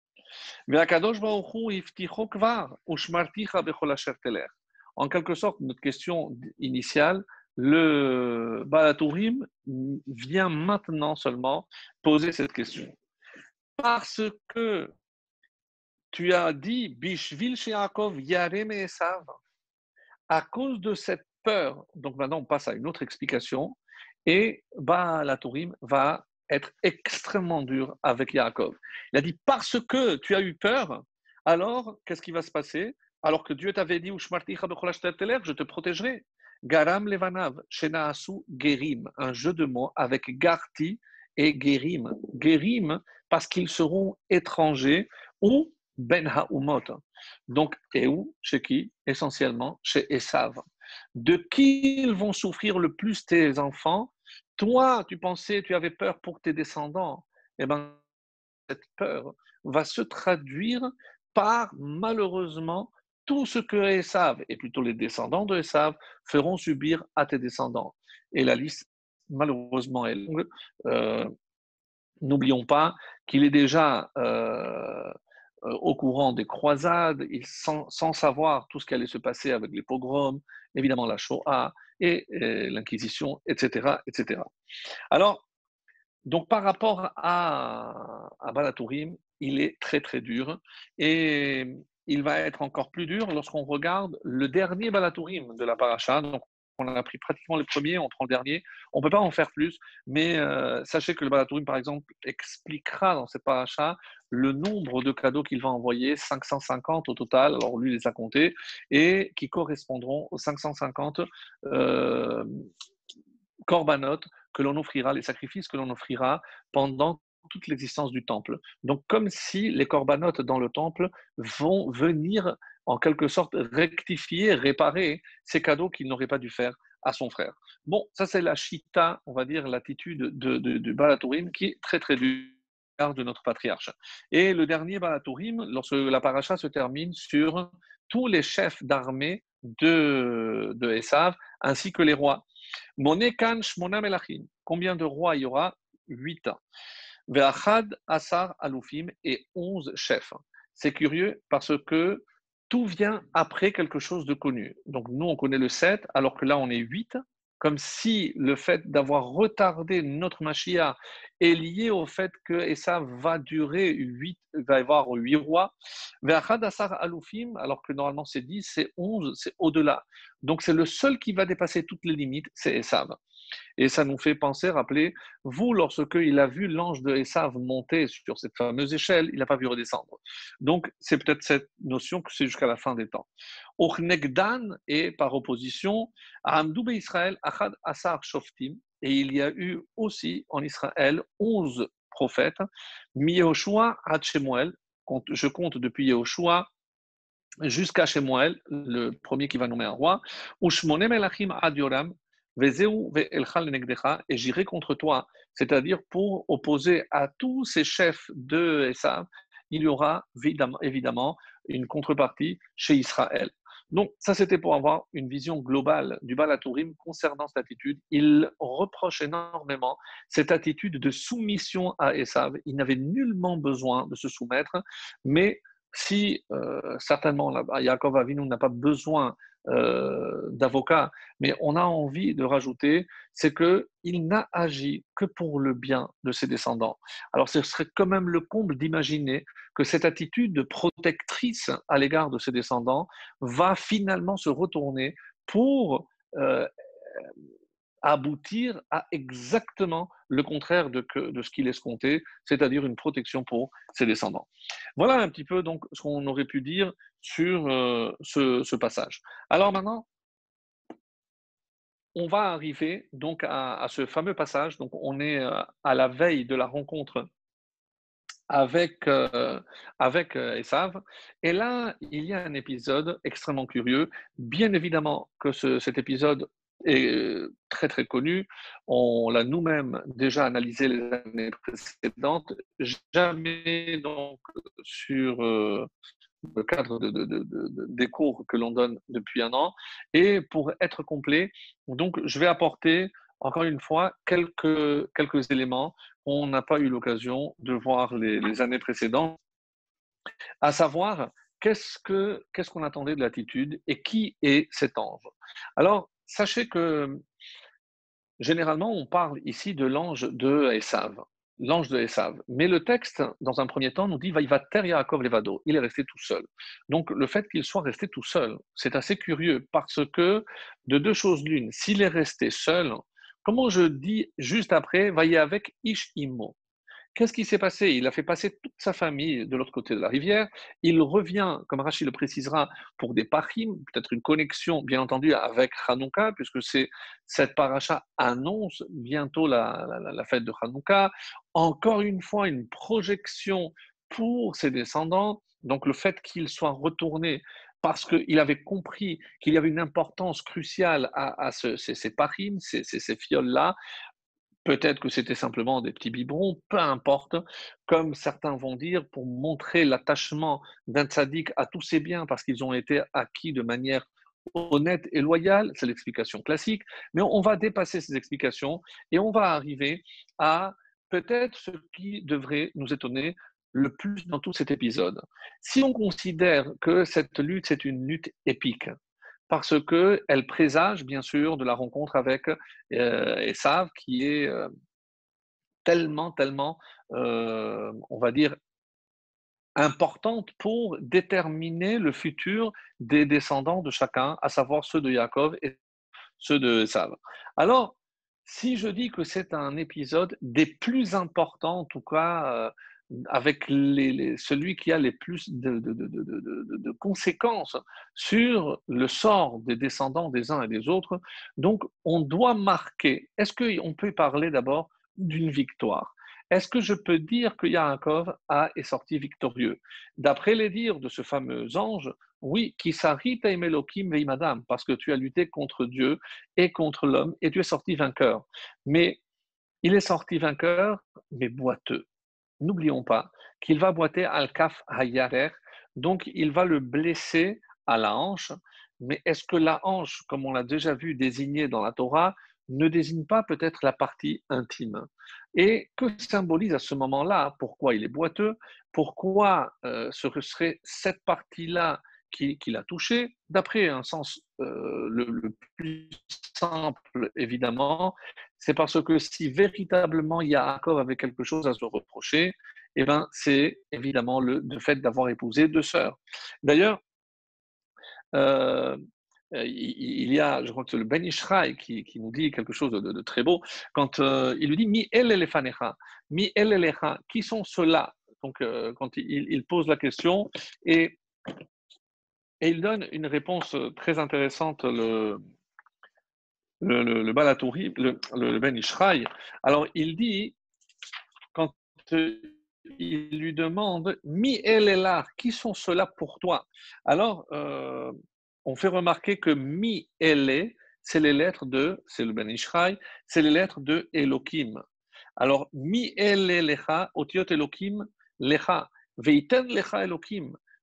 En quelque sorte, notre question initiale, le Balatourim vient maintenant seulement poser cette question. Parce que tu as dit Bishvil Yaakov Yarem Esav, à cause de cette peur, donc maintenant on passe à une autre explication, et Balatourim va être extrêmement dur avec Yaakov. Il a dit parce que tu as eu peur, alors qu'est-ce qui va se passer? Alors que Dieu t'avait dit je te protégerai. Garam Levanav, Shenaasu Gerim, un jeu de mots avec Garti et Gerim. Gerim, parce qu'ils seront étrangers, ou Ben Haumot. Donc, et où? Chez qui? Essentiellement chez Esav. De qui ils vont souffrir le plus tes enfants? Toi, tu pensais, tu avais peur pour tes descendants. Eh bien, cette peur va se traduire par, malheureusement, tout ce que Esav, et plutôt les descendants de Esav, feront subir à tes descendants. Et la liste, malheureusement, est longue. Euh, N'oublions pas qu'il est déjà euh, au courant des croisades, il, sans, sans, savoir tout ce qui allait se passer avec les pogroms, évidemment la Shoah et, et l'Inquisition, et cetera, et cetera. Alors, donc par rapport à, à Balatourim, il est très très dur et il va être encore plus dur lorsqu'on regarde le dernier Balatourim de la paracha. Donc on a pris pratiquement le premier, on prend le dernier. On ne peut pas en faire plus, mais euh, sachez que le Balatourim, par exemple, expliquera dans cette paracha le nombre de cadeaux qu'il va envoyer, cinq cent cinquante au total, alors lui les a comptés, et qui correspondront aux cinq cent cinquante euh, korbanot que l'on offrira, les sacrifices que l'on offrira pendant toute l'existence du temple. Donc, comme si les corbanotes dans le temple vont venir en quelque sorte rectifier, réparer ces cadeaux qu'il n'aurait pas dû faire à son frère. Bon, ça c'est la chita, on va dire, l'attitude de, de, de Balatourim qui est très très dure de notre patriarche. Et le dernier Balatourim, lorsque la paracha se termine sur tous les chefs d'armée de, de Esav, ainsi que les rois. Monekan Shmona Melachim. Combien de rois il y aura? Huit ans. Ve'achad Asar Alufim et onze chefs. C'est curieux parce que tout vient après quelque chose de connu. Donc nous, on connaît le sept, alors que là, on est huit. Comme si le fait d'avoir retardé notre Mashiach est lié au fait que et ça va durer huit, va y avoir huit rois. Ve'achad Asar Alufim, alors que normalement c'est dix, c'est onze, c'est au-delà. Donc c'est le seul qui va dépasser toutes les limites, c'est Esav. Et ça nous fait penser, rappeler, vous, lorsque il a vu l'ange de Esav monter sur cette fameuse échelle, il n'a pas vu redescendre. Donc, c'est peut-être cette notion que c'est jusqu'à la fin des temps. Ochnegdan, et par opposition, Amdoube Israël, Achad Asar Shoftim, et il y a eu aussi en Israël onze prophètes, Mi-Yehoshua ad Shemuel, je compte depuis Yehoshua jusqu'à Shemuel, le premier qui va nommer un roi, Ushmone Melachim ad Yoram, et j'irai contre toi, c'est-à-dire pour opposer à tous ces chefs de Esav, il y aura évidemment une contrepartie chez Israël. Donc, ça, c'était pour avoir une vision globale du Baal HaTurim concernant cette attitude. Il reproche énormément cette attitude de soumission à Esav. Il n'avait nullement besoin de se soumettre, mais si, euh, certainement, là, Yaakov Avinu n'a pas besoin euh, d'avocat, mais on a envie de rajouter, c'est qu'il n'a agi que pour le bien de ses descendants. Alors, ce serait quand même le comble d'imaginer que cette attitude protectrice à l'égard de ses descendants va finalement se retourner pour euh, aboutir à exactement le contraire de, que, de ce qu'il escomptait, c'est-à-dire une protection pour ses descendants. Voilà un petit peu donc ce qu'on aurait pu dire sur euh, ce, ce passage. Alors maintenant, on va arriver donc à, à ce fameux passage. Donc on est euh, à la veille de la rencontre avec, euh, avec euh, Esav. Et là, il y a un épisode extrêmement curieux. Bien évidemment que ce, cet épisode est euh, très très connu. On l'a nous-mêmes déjà analysé les années précédentes. Jamais donc sur euh, le cadre de, de, de, de, des cours que l'on donne depuis un an. Et pour être complet, donc je vais apporter encore une fois quelques, quelques éléments qu'on n'a pas eu l'occasion de voir les, les années précédentes, à savoir qu'est-ce que qu'est-ce qu'on attendait de l'attitude et qui est cet ange. Alors, sachez que généralement, on parle ici de l'ange de Esav, l'ange de Esav. Mais le texte, dans un premier temps, nous dit Vaïvater Yaakov Levado. Il est resté tout seul. Donc, le fait qu'il soit resté tout seul, c'est assez curieux parce que, de deux choses l'une, s'il est resté seul, comment je dis juste après, Vaïe avec Ish Imo. Qu'est-ce qui s'est passé? Il a fait passer toute sa famille de l'autre côté de la rivière. Il revient, comme Rachid le précisera, pour des parim, peut-être une connexion, bien entendu, avec Hanouka, puisque c'est, cette paracha annonce bientôt la, la, la fête de Hanouka. Encore une fois, une projection pour ses descendants. Donc le fait qu'il soit retourné parce qu'il avait compris qu'il y avait une importance cruciale à, à ce, ces, ces parim, ces, ces, ces fioles-là. Peut-être que c'était simplement des petits biberons, peu importe, comme certains vont dire, pour montrer l'attachement d'un tzaddik à tous ses biens, parce qu'ils ont été acquis de manière honnête et loyale, c'est l'explication classique, mais on va dépasser ces explications et on va arriver à peut-être ce qui devrait nous étonner le plus dans tout cet épisode. Si on considère que cette lutte, c'est une lutte épique, parce qu'elle présage, bien sûr, de la rencontre avec euh, Esav, qui est euh, tellement, tellement, euh, on va dire, importante pour déterminer le futur des descendants de chacun, à savoir ceux de Yaakov et ceux de Esav. Alors, si je dis que c'est un épisode des plus importants, en tout cas, euh, avec les, les, celui qui a les plus de, de, de, de, de conséquences sur le sort des descendants des uns et des autres, donc on doit marquer. Est-ce qu'on peut parler d'abord d'une victoire? Est-ce que je peux dire que Yaakov a, est sorti victorieux? D'après les dires de ce fameux ange, oui, qui s'arrête à Emelokim veimadam, parce que tu as lutté contre Dieu et contre l'homme, et tu es sorti vainqueur. Mais il est sorti vainqueur, mais boiteux. N'oublions pas qu'il va boiter al-kaf hayarer, donc il va le blesser à la hanche. Mais est-ce que la hanche, comme on l'a déjà vu désignée dans la Torah, ne désigne pas peut-être la partie intime? Et que symbolise à ce moment-là? Pourquoi il est boiteux? Pourquoi euh, ce serait cette partie-là qui, qui l'a touché? D'après un sens euh, le, le plus simple, évidemment, c'est parce que si véritablement Yaakov avait quelque chose à se reprocher, eh ben, c'est évidemment le, le fait d'avoir épousé deux sœurs. D'ailleurs, euh, il y a, je crois que c'est le Ben Ishraï qui, qui nous dit quelque chose de, de très beau, quand euh, il lui dit Mi el elefanecha, mi el elecha, qui sont ceux-là? Donc, euh, quand il, il, pose la question, et, et il donne une réponse très intéressante, le, le, le, le Balatouri, le, le Ben Ishraï. Alors, il dit, quand euh, il lui demande Mi el elah, qui sont ceux-là pour toi? Alors, euh, on fait remarquer que Mi ele, c'est les lettres de, c'est le Ben Ishraï, c'est les lettres de Elohim. Alors, Mi ele lecha, otiot Elohim lecha, veiten lecha Elohim.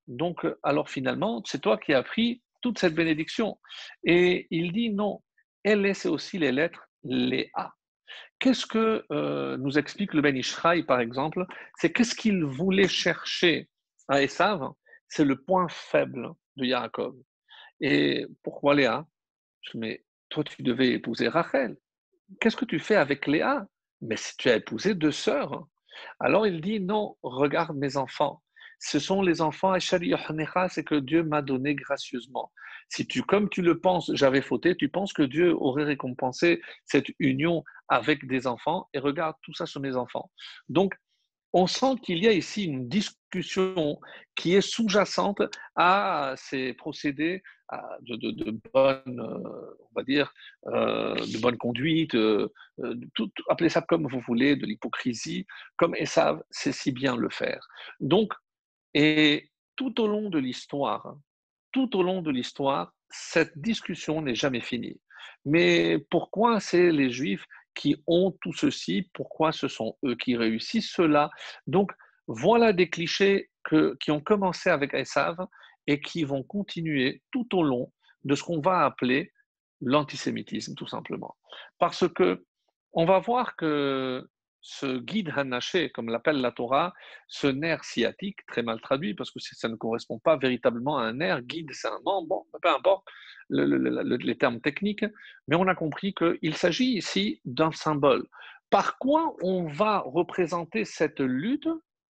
Donc, alors finalement, c'est toi qui as pris toute cette bénédiction. Et il dit non, elle c'est aussi les lettres, les A. Qu'est-ce que euh, nous explique le Ben Ishraï, par exemple? C'est qu'est-ce qu'il voulait chercher à Esav? C'est le point faible de Yaakov. Et pourquoi Léa? Je dis, mais toi, tu devais épouser Rachel. Qu'est-ce que tu fais avec Léa? Mais si tu as épousé deux sœurs. Alors il dit, non, regarde mes enfants. Ce sont les enfants, Ashari Yohanecha, c'est que Dieu m'a donné gracieusement. Si tu, comme tu le penses, j'avais fauté, tu penses que Dieu aurait récompensé cette union avec des enfants, et regarde, tout ça sont mes enfants. Donc, on sent qu'il y a ici une discussion qui est sous-jacente à ces procédés à de, de, de bonne, euh, on va dire, euh, de bonne conduite, euh, euh, tout, appelez ça comme vous voulez, de l'hypocrisie, comme Esav sait si bien le faire. Donc, et tout au long de l'histoire, tout au long de l'histoire, cette discussion n'est jamais finie. Mais pourquoi c'est les Juifs qui ont tout ceci? Pourquoi ce sont eux qui réussissent cela? Donc, voilà des clichés que, qui ont commencé avec Esav et qui vont continuer tout au long de ce qu'on va appeler l'antisémitisme, tout simplement. Parce que on va voir que ce guide Hanaché, comme l'appelle la Torah, ce nerf sciatique, très mal traduit, parce que ça ne correspond pas véritablement à un nerf, guide, c'est un membre, bon, peu importe le, le, le, les termes techniques, mais on a compris qu'il s'agit ici d'un symbole. Par quoi on va représenter cette lutte?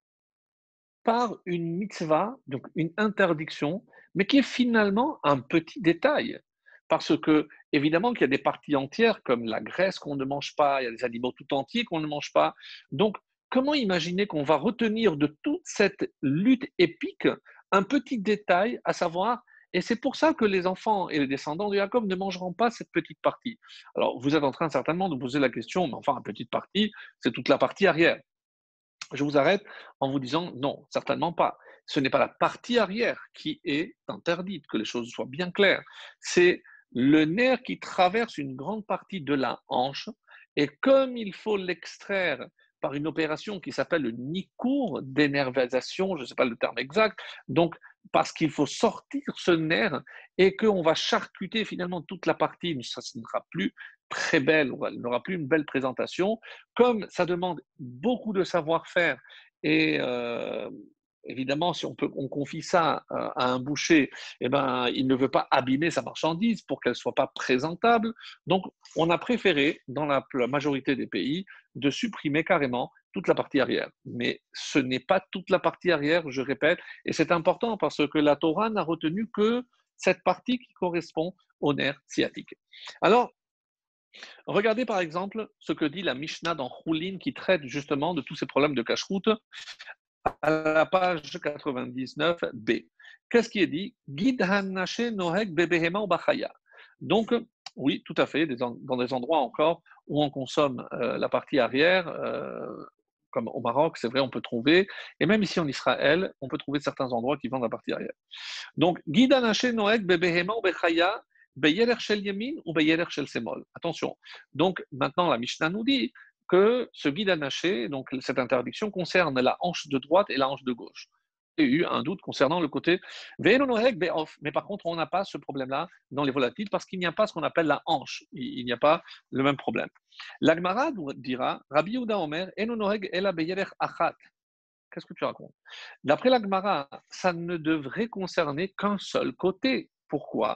Par une mitzvah, donc une interdiction, mais qui est finalement un petit détail. Parce que, évidemment, qu'il y a des parties entières, comme la graisse qu'on ne mange pas, il y a des animaux tout entiers qu'on ne mange pas. Donc, comment imaginer qu'on va retenir de toute cette lutte épique un petit détail, à savoir, et c'est pour ça que les enfants et les descendants de Jacob ne mangeront pas cette petite partie. Alors, vous êtes en train certainement de poser la question, mais enfin, une petite partie, c'est toute la partie arrière. Je vous arrête en vous disant non, certainement pas. Ce n'est pas la partie arrière qui est interdite, que les choses soient bien claires. C'est le nerf qui traverse une grande partie de la hanche et comme il faut l'extraire par une opération qui s'appelle le nicour d'énervation, je ne sais pas le terme exact, donc parce qu'il faut sortir ce nerf et qu'on va charcuter finalement toute la partie, mais ça ne sera plus très belle, il n'aura plus une belle présentation, comme ça demande beaucoup de savoir-faire et euh, évidemment, si on, peut, on confie ça à, à un boucher, eh ben, il ne veut pas abîmer sa marchandise pour qu'elle ne soit pas présentable. Donc, on a préféré, dans la, la majorité des pays, de supprimer carrément toute la partie arrière. Mais ce n'est pas toute la partie arrière, je répète, et c'est important parce que la Torah n'a retenu que cette partie qui correspond au nerf sciatique. Alors, regardez par exemple ce que dit la Mishnah dans Choulin qui traite justement de tous ces problèmes de cache-route à la page quatre-vingt-dix-neuf B. Qu'est-ce qui est dit? Guide Hanache Nohek Bebehema ou Bachaya. Donc, oui, tout à fait, dans des endroits encore où on consomme euh, la partie arrière, euh, comme au Maroc, c'est vrai, on peut trouver, et même ici en Israël, on peut trouver certains endroits qui vendent la partie arrière. Donc, Guide Hanache Nohek Bebehema ou Bechaya. Beyeler shel Yemin ou Beyeler shel Semol. Attention. Donc, maintenant, la Mishnah nous dit que ce guide anaché, donc cette interdiction, concerne la hanche de droite et la hanche de gauche. Il y a eu un doute concernant le côté Ve'enonohek be'of. Mais par contre, on n'a pas ce problème-là dans les volatiles parce qu'il n'y a pas ce qu'on appelle la hanche. Il n'y a pas le même problème. L'Agmara dira Rabbi Yehuda Omer, Enonohek ela beyeler achat. Qu'est-ce que tu racontes? D'après l'Agmara, ça ne devrait concerner qu'un seul côté. Pourquoi?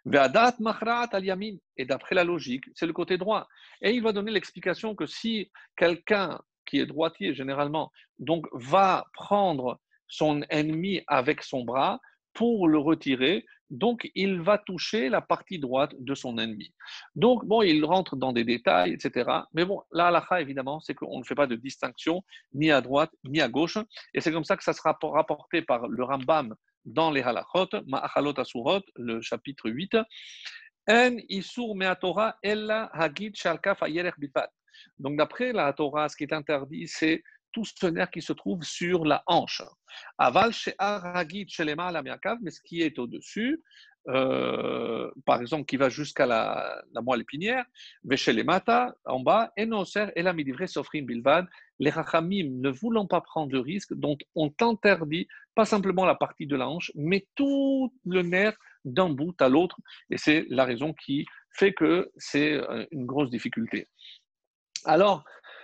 Et d'après la logique, c'est le côté droit. Et il va donner l'explication que si quelqu'un qui est droitier généralement, donc va prendre son ennemi avec son bras pour le retirer, donc il va toucher la partie droite de son ennemi. Donc bon, il rentre dans des détails, et cetera. Mais bon, la halakha, évidemment, c'est qu'on ne fait pas de distinction ni à droite ni à gauche. Et c'est comme ça que ça sera rapporté par le Rambam dans les halachot, Ma'achalot Asurot, le chapitre huit. En isur me'atora ella hagid shalkaf ayerech bipat. Donc d'après la Torah, ce qui est interdit, c'est tout ce nerf qui se trouve sur la hanche. Aval chez Aragit chez les mâles mais ce qui est au-dessus, euh, par exemple, qui va jusqu'à la, la moelle épinière, chez les mata, en bas, et noser et la midivre sofrim bilvad, les rachamim ne voulant pas prendre de risque, dont on interdit pas simplement la partie de la hanche, mais tout le nerf d'un bout à l'autre, et c'est la raison qui fait que c'est une grosse difficulté. Alors,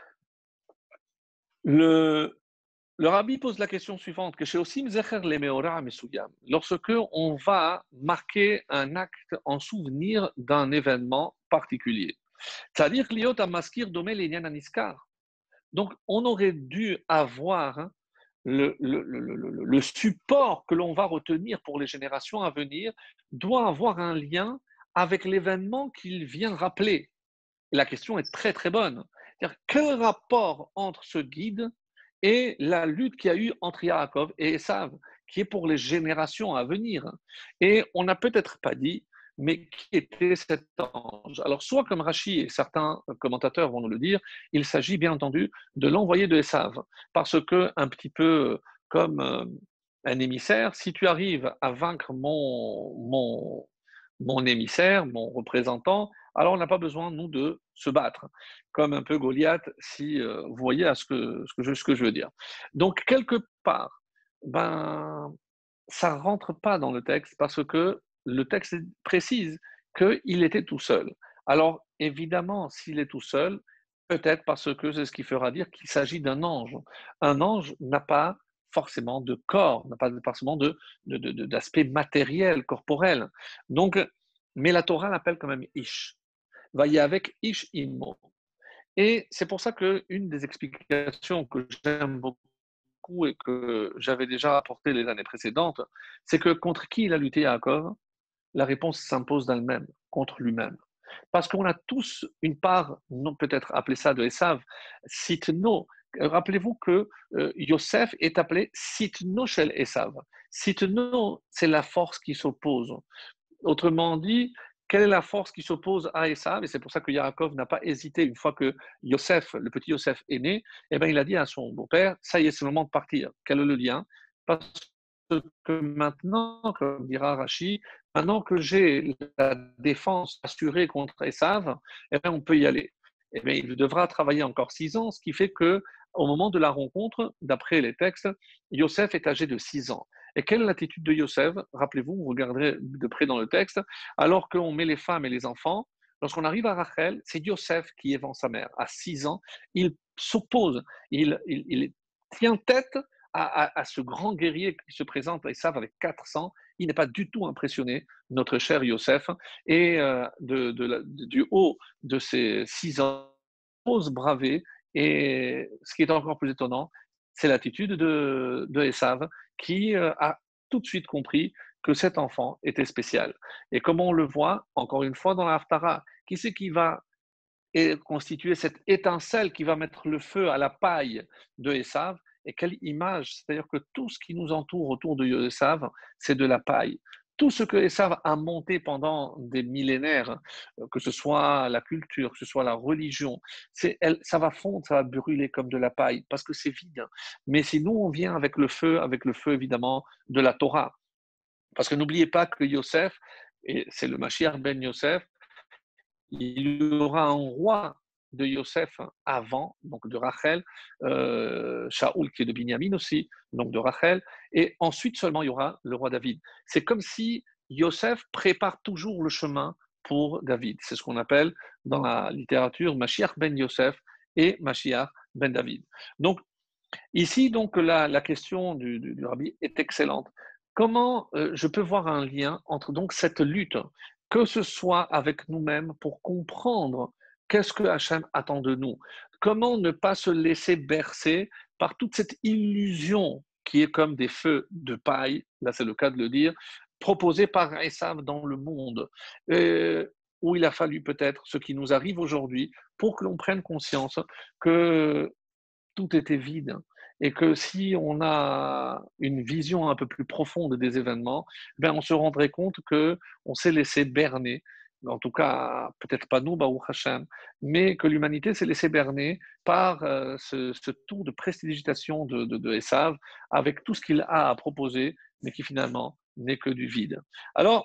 le, le rabbi pose la question suivante, que chez Osim Zecher le Meora Mesuyam, lorsque on va marquer un acte en souvenir d'un événement particulier. C'est-à-dire que liot amaskir domé l'inyan aniskar. Donc, on aurait dû avoir hein, le, le, le, le, le support que l'on va retenir pour les générations à venir doit avoir un lien avec l'événement qu'il vient rappeler. Et la question est très très bonne. C'est-à-dire, quel rapport entre ce guide et la lutte qu'il y a eu entre Yaakov et Esav, qui est pour les générations à venir. Et on n'a peut-être pas dit, mais qui était cet ange? Alors, soit comme Rachi et certains commentateurs vont nous le dire, il s'agit bien entendu de l'envoyé de Esav, parce que, un petit peu comme un émissaire, si tu arrives à vaincre mon, mon, mon émissaire, mon représentant, alors on n'a pas besoin, nous, de se battre, comme un peu Goliath, si euh, vous voyez à ce que, ce, que je, ce que je veux dire. Donc, quelque part, ben, ça ne rentre pas dans le texte parce que le texte précise qu'il était tout seul. Alors, évidemment, s'il est tout seul, peut-être parce que c'est ce qui fera dire qu'il s'agit d'un ange. Un ange n'a pas forcément de corps, n'a pas forcément de, de, de, d'aspect matériel, corporel. Donc, mais la Torah l'appelle quand même Ish. Va y avec Ish Imo. Et c'est pour ça qu'une des explications que j'aime beaucoup et que j'avais déjà apporté les années précédentes, c'est que contre qui il a lutté Yaakov? La réponse s'impose d'elle-même, contre lui-même. Parce qu'on a tous une part, non peut-être appeler ça de Esav, Sitno. Rappelez-vous que euh, Yosef est appelé Sitno shel Esav. Sitno, c'est la force qui s'oppose. Autrement dit, quelle est la force qui s'oppose à Esav? Et c'est pour ça que Yaakov n'a pas hésité, une fois que Yosef, le petit Yosef est né, eh bien, il a dit à son beau-père, ça y est, c'est le moment de partir. Quel est le lien? Parce que maintenant, comme dira Rachi, maintenant que j'ai la défense assurée contre Esav, eh bien, on peut y aller. Eh bien, il devra travailler encore six ans, ce qui fait que au moment de la rencontre, d'après les textes, Yosef est âgé de six ans. Et quelle est l'attitude de Yosef? Rappelez-vous, vous regarderez de près dans le texte, alors qu'on met les femmes et les enfants, lorsqu'on arrive à Rachel, c'est Yosef qui est devant sa mère. À six ans, il s'oppose, il, il, il tient tête à, à, à, ce grand guerrier qui se présente à Esav avec quatre cents. Il n'est pas du tout impressionné, notre cher Yosef, et euh, de, de la, de, du haut de ses six ans, il ose braver, et ce qui est encore plus étonnant, c'est l'attitude de, de Esav qui euh, a tout de suite compris que cet enfant était spécial. Et comme on le voit, encore une fois, dans la Haftara, qui c'est qui va constituer cette étincelle qui va mettre le feu à la paille de Esav? Et quelle image! C'est-à-dire que tout ce qui nous entoure autour de Esav, c'est de la paille. Tout ce que Esav a monté pendant des millénaires, que ce soit la culture, que ce soit la religion, c'est, elle, ça va fondre, ça va brûler comme de la paille, parce que c'est vide. Mais si nous, on vient avec le feu, avec le feu évidemment de la Torah, parce que n'oubliez pas que Yosef, et c'est le Mashiach ben Yosef, il y aura un roi de Yosef avant, donc de Rachel, euh, Shaoul qui est de Binyamin aussi, donc de Rachel, et ensuite seulement il y aura le roi David. C'est comme si Yosef prépare toujours le chemin pour David. C'est ce qu'on appelle dans la littérature Mashiach ben Yosef et Mashiach ben David. Donc ici, donc la, la question du, du, du rabbi est excellente. Comment euh, je peux voir un lien entre donc cette lutte, que ce soit avec nous-mêmes pour comprendre qu'est-ce que Hachem attend de nous? Comment ne pas se laisser bercer par toute cette illusion qui est comme des feux de paille, là c'est le cas de le dire, proposés par Esav dans le monde, euh, où il a fallu peut-être ce qui nous arrive aujourd'hui pour que l'on prenne conscience que tout était vide et que si on a une vision un peu plus profonde des événements, ben on se rendrait compte que on s'est laissé berner en tout cas, peut-être pas nous, Baruch Hashem, mais que l'humanité s'est laissée berner par euh, ce, ce tour de prestidigitation de, de, de Esav, avec tout ce qu'il a à proposer, mais qui finalement n'est que du vide. Alors,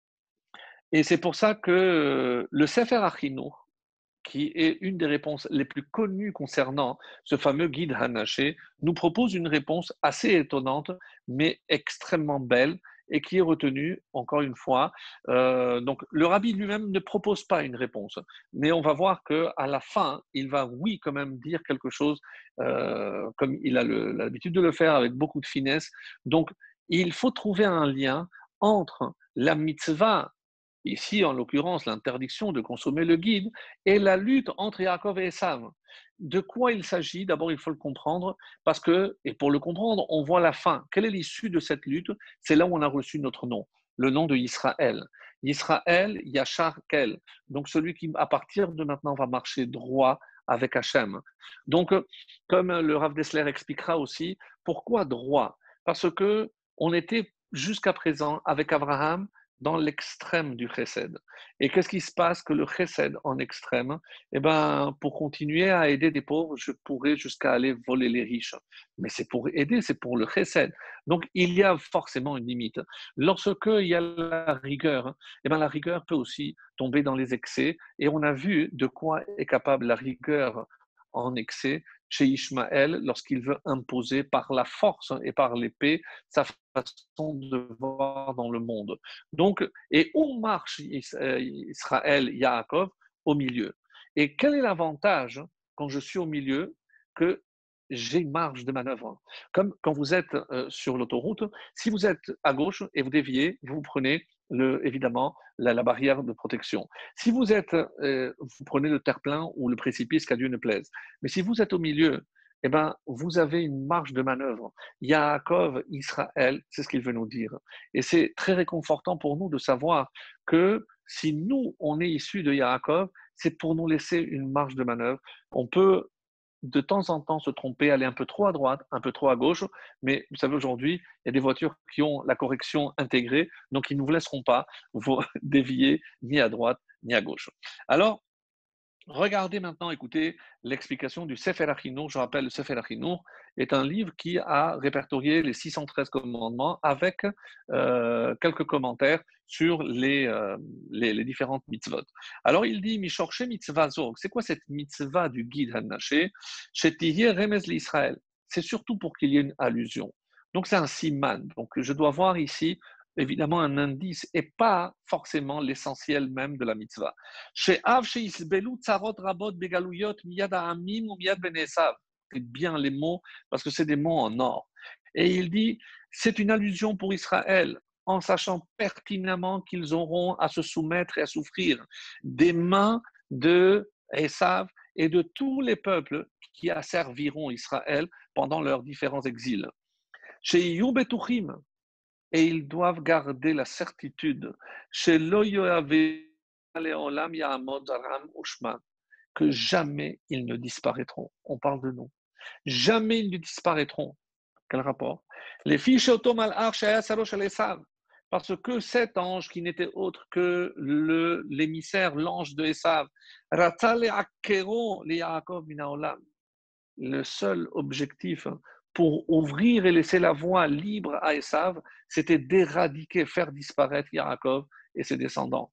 et c'est pour ça que euh, le Sefer Achinoch, qui est une des réponses les plus connues concernant ce fameux guide Hanaché, nous propose une réponse assez étonnante, mais extrêmement belle, et qui est retenue, encore une fois. Euh, donc, le rabbi lui-même ne propose pas une réponse, mais on va voir qu'à la fin, il va, oui, quand même dire quelque chose, euh, comme il a le- l'habitude de le faire, avec beaucoup de finesse. Donc, il faut trouver un lien entre la mitzvah, ici en l'occurrence l'interdiction de consommer le guide, et la lutte entre Yaakov et Esav. De quoi il s'agit? D'abord, il faut le comprendre, parce que, et pour le comprendre, on voit la fin. Quelle est l'issue de cette lutte? C'est là où on a reçu notre nom, le nom de Israël. Israël, Yachar Kel, donc celui qui, à partir de maintenant, va marcher droit avec Hachem. Donc, comme le Rav Dessler expliquera aussi, pourquoi droit? Parce que on était jusqu'à présent avec Abraham dans l'extrême du chesed. Et qu'est-ce qui se passe que le chesed en extrême, eh ben, pour continuer à aider des pauvres, je pourrais jusqu'à aller voler les riches. Mais c'est pour aider, c'est pour le chesed. Donc, il y a forcément une limite. Lorsque il y a la rigueur, eh ben, la rigueur peut aussi tomber dans les excès. Et on a vu de quoi est capable la rigueur en excès chez Ishmaël lorsqu'il veut imposer par la force et par l'épée sa façon de voir dans le monde. Donc, et où marche Israël, Yaakov? Au milieu. Et quel est l'avantage quand je suis au milieu? Que j'ai une marge de manœuvre. Comme quand vous êtes euh, sur l'autoroute, si vous êtes à gauche et vous déviez, vous prenez le, évidemment la, la barrière de protection. Si vous êtes, euh, vous prenez le terre-plein ou le précipice, qu'à Dieu ne plaise. Mais si vous êtes au milieu, eh ben, vous avez une marge de manœuvre. Yaakov, Israël, c'est ce qu'il veut nous dire. Et c'est très réconfortant pour nous de savoir que si nous, on est issus de Yaakov, c'est pour nous laisser une marge de manœuvre. On peut de temps en temps se tromper, aller un peu trop à droite, un peu trop à gauche, mais vous savez, aujourd'hui, il y a des voitures qui ont la correction intégrée, donc ils ne vous laisseront pas vous dévier ni à droite ni à gauche. Alors, regardez maintenant, écoutez l'explication du Sefer Achinour. Je rappelle, le Sefer Achinour est un livre qui a répertorié les six cent treize commandements avec euh, quelques commentaires sur les, euh, les, les différentes mitzvot. Alors il dit, Mishorche mitzvah zog, c'est quoi cette mitzvah du guide Hanaché? Shetiye remez l'Israël. C'est surtout pour qu'il y ait une allusion. Donc c'est un siman. Donc je dois voir ici évidemment un indice et pas forcément l'essentiel même de la mitzvah. Chez Av, chez Isbelu, Tsarot, Rabot, Begalouyot, Miyad Amim ou Miyad Ben Esav. C'est bien les mots parce que c'est des mots en or. Et il dit, c'est une allusion pour Israël en sachant pertinemment qu'ils auront à se soumettre et à souffrir des mains de Esav et de tous les peuples qui asserviront Israël pendant leurs différents exils. Chez Yubetuchim, et ils doivent garder la certitude chez que jamais ils ne disparaîtront. On parle de nous. Jamais ils ne disparaîtront. Quel rapport? Les fiches automal parce que cet ange qui n'était autre que le, l'émissaire, l'ange de Esav, le seul objectif pour ouvrir et laisser la voie libre à Esav, c'était d'éradiquer, faire disparaître Yaakov et ses descendants.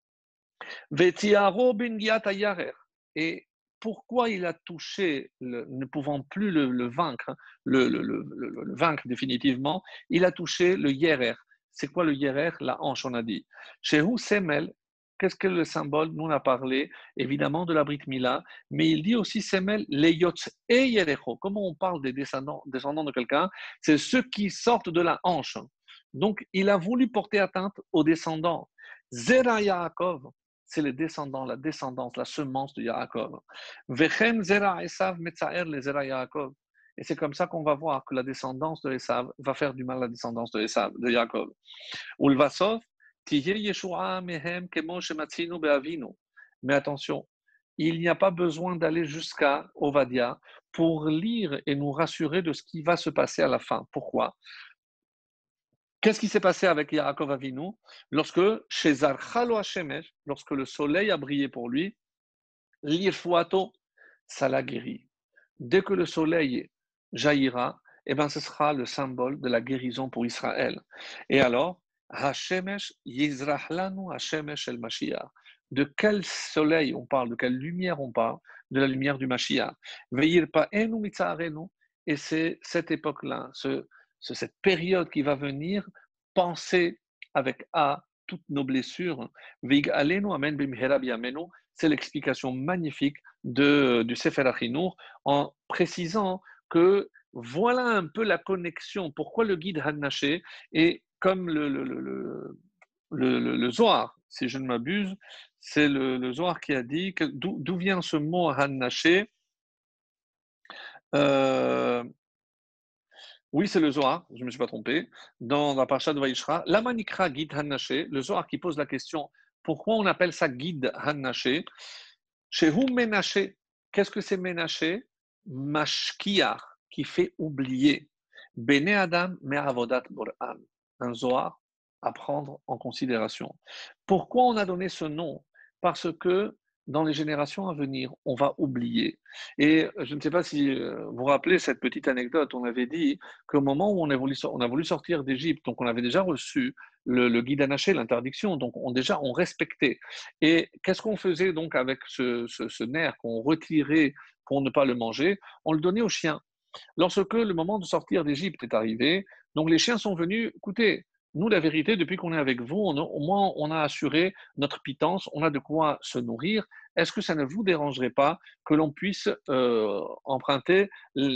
Et pourquoi il a touché, le, ne pouvant plus le, le vaincre, le, le, le, le, vaincre définitivement, il a touché le Yerer. C'est quoi le Yerer? La hanche, on a dit. Chez Hu Semel, qu'est-ce que le symbole? Nous, on a parlé évidemment de la Brit Mila, mais il dit aussi Semel, les Yotz et Yerecho. Comment on parle des descendants, descendants de quelqu'un? C'est ceux qui sortent de la hanche. Donc, il a voulu porter atteinte aux descendants. Zera Yaakov, c'est les descendants, la descendance, la semence de Yaakov. Vechem zera Esav metzaer le zera Yaakov. Et c'est comme ça qu'on va voir que la descendance de Esav va faire du mal à la descendance de Esav, de Yaakov. Ulvasov, tiye yeshua mehem kemo shematzinu beavinu. Mais attention, il n'y a pas besoin d'aller jusqu'à Ovadia pour lire et nous rassurer de ce qui va se passer à la fin. Pourquoi? Qu'est-ce qui s'est passé avec Yaakov Avinu lorsque, chez Zarchalo Hashemesh, lorsque le soleil a brillé pour lui, l'Irfuato, ça l'a guéri. Dès que le soleil jaillira, eh ben, ce sera le symbole de la guérison pour Israël. Et alors, Hashemesh Yizrahlanu Hashemesh el Mashiach. De quel soleil on parle, de quelle lumière on parle? De la lumière du Mashiach. Veillir Pa'enu Mitzarenu. Et c'est cette époque-là, ce, ce- cette période qui va venir, penser avec A toutes nos blessures. Veig Alenu Amen Bimhera Biamenu. C'est l'explication magnifique de, du Sefer Achinour en précisant que voilà un peu la connexion. Pourquoi le guide Hannaché est comme le, le, le, le, le, le- le Zohar, si je ne m'abuse, c'est le, le Zohar qui a dit que d'où, d'où vient ce mot Hannaché. Euh, oui, c'est le Zohar, je ne me suis pas trompé, dans la parasha de Vaishra. Lama nikra guide Hannaché, le Zohar qui pose la question pourquoi on appelle ça guide Hannaché. Chez vous, Ménaché, qu'est-ce que c'est Ménaché? Mashkiach, qui fait oublier. Bene Adam, Me'avodat Bor'am. Un Zohar à prendre en considération. Pourquoi on a donné ce nom? Parce que dans les générations à venir, on va oublier. Et je ne sais pas si euh, vous vous rappelez cette petite anecdote. On avait dit qu'au moment où on a voulu, on a voulu sortir d'Égypte, donc on avait déjà reçu le, le guide Anaché, l'interdiction, donc on, déjà on respectait. Et qu'est-ce qu'on faisait donc avec ce, ce, ce nerf qu'on retirait pour ne pas le manger? On le donnait aux chiens. Lorsque le moment de sortir d'Égypte est arrivé, donc les chiens sont venus, écoutez, nous, la vérité, depuis qu'on est avec vous, on a, au moins on a assuré notre pitance, on a de quoi se nourrir. Est-ce que ça ne vous dérangerait pas que l'on puisse euh, emprunter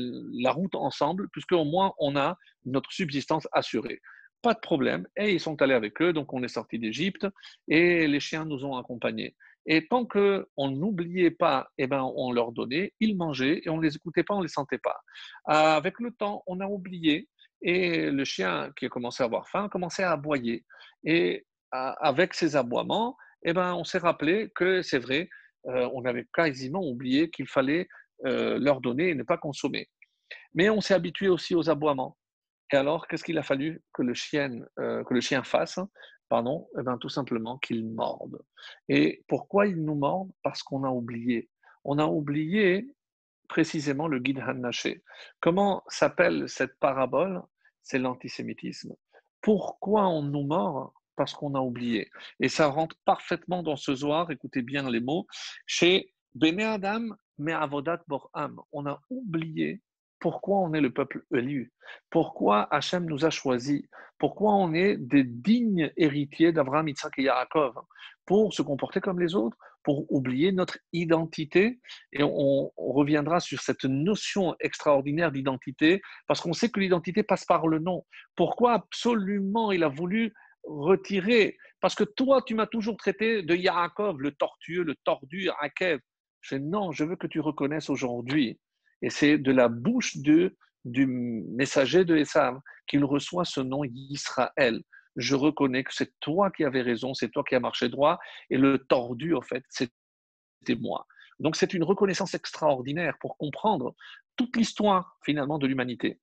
la route ensemble, puisque au moins on a notre subsistance assurée? Pas de problème. Et ils sont allés avec eux, donc on est sorti d'Égypte et les chiens nous ont accompagnés. Et tant qu'on n'oubliait pas, eh ben, on leur donnait, ils mangeaient et on ne les écoutait pas, on ne les sentait pas. Avec le temps, on a oublié et le chien qui a commencé à avoir faim a commencé à aboyer. Et avec ces aboiements, eh ben, on s'est rappelé que c'est vrai, euh, on avait quasiment oublié qu'il fallait euh, leur donner et ne pas consommer. Mais on s'est habitué aussi aux aboiements. Et alors, qu'est-ce qu'il a fallu que le chien, euh, que le chien fasse? Pardon, eh ben, tout simplement qu'il morde. Et pourquoi il nous mord? Parce qu'on a oublié. On a oublié précisément le guide Hannaché. Comment s'appelle cette parabole? C'est l'antisémitisme. Pourquoi on nous mord? Parce qu'on a oublié. Et ça rentre parfaitement dans ce Zohar, écoutez bien les mots, chez Bene Adam, mais Avodat Bor'am. On a oublié pourquoi on est le peuple élu, pourquoi Hachem nous a choisis, pourquoi on est des dignes héritiers d'Abraham, Isaac et Yaakov, pour se comporter comme les autres, pour oublier notre identité. Et on, on reviendra sur cette notion extraordinaire d'identité, parce qu'on sait que l'identité passe par le nom. Pourquoi absolument il a voulu retirer? Parce que toi, tu m'as toujours traité de Yaakov, le tortueux, le tordu, Akev. Je dis non, je veux que tu reconnaisses aujourd'hui. Et c'est de la bouche de, du messager de Esav qu'il reçoit ce nom Israël. Je reconnais que c'est toi qui avais raison, c'est toi qui as marché droit, et le tordu, en fait, c'était moi. Donc c'est une reconnaissance extraordinaire pour comprendre toute l'histoire finalement de l'humanité.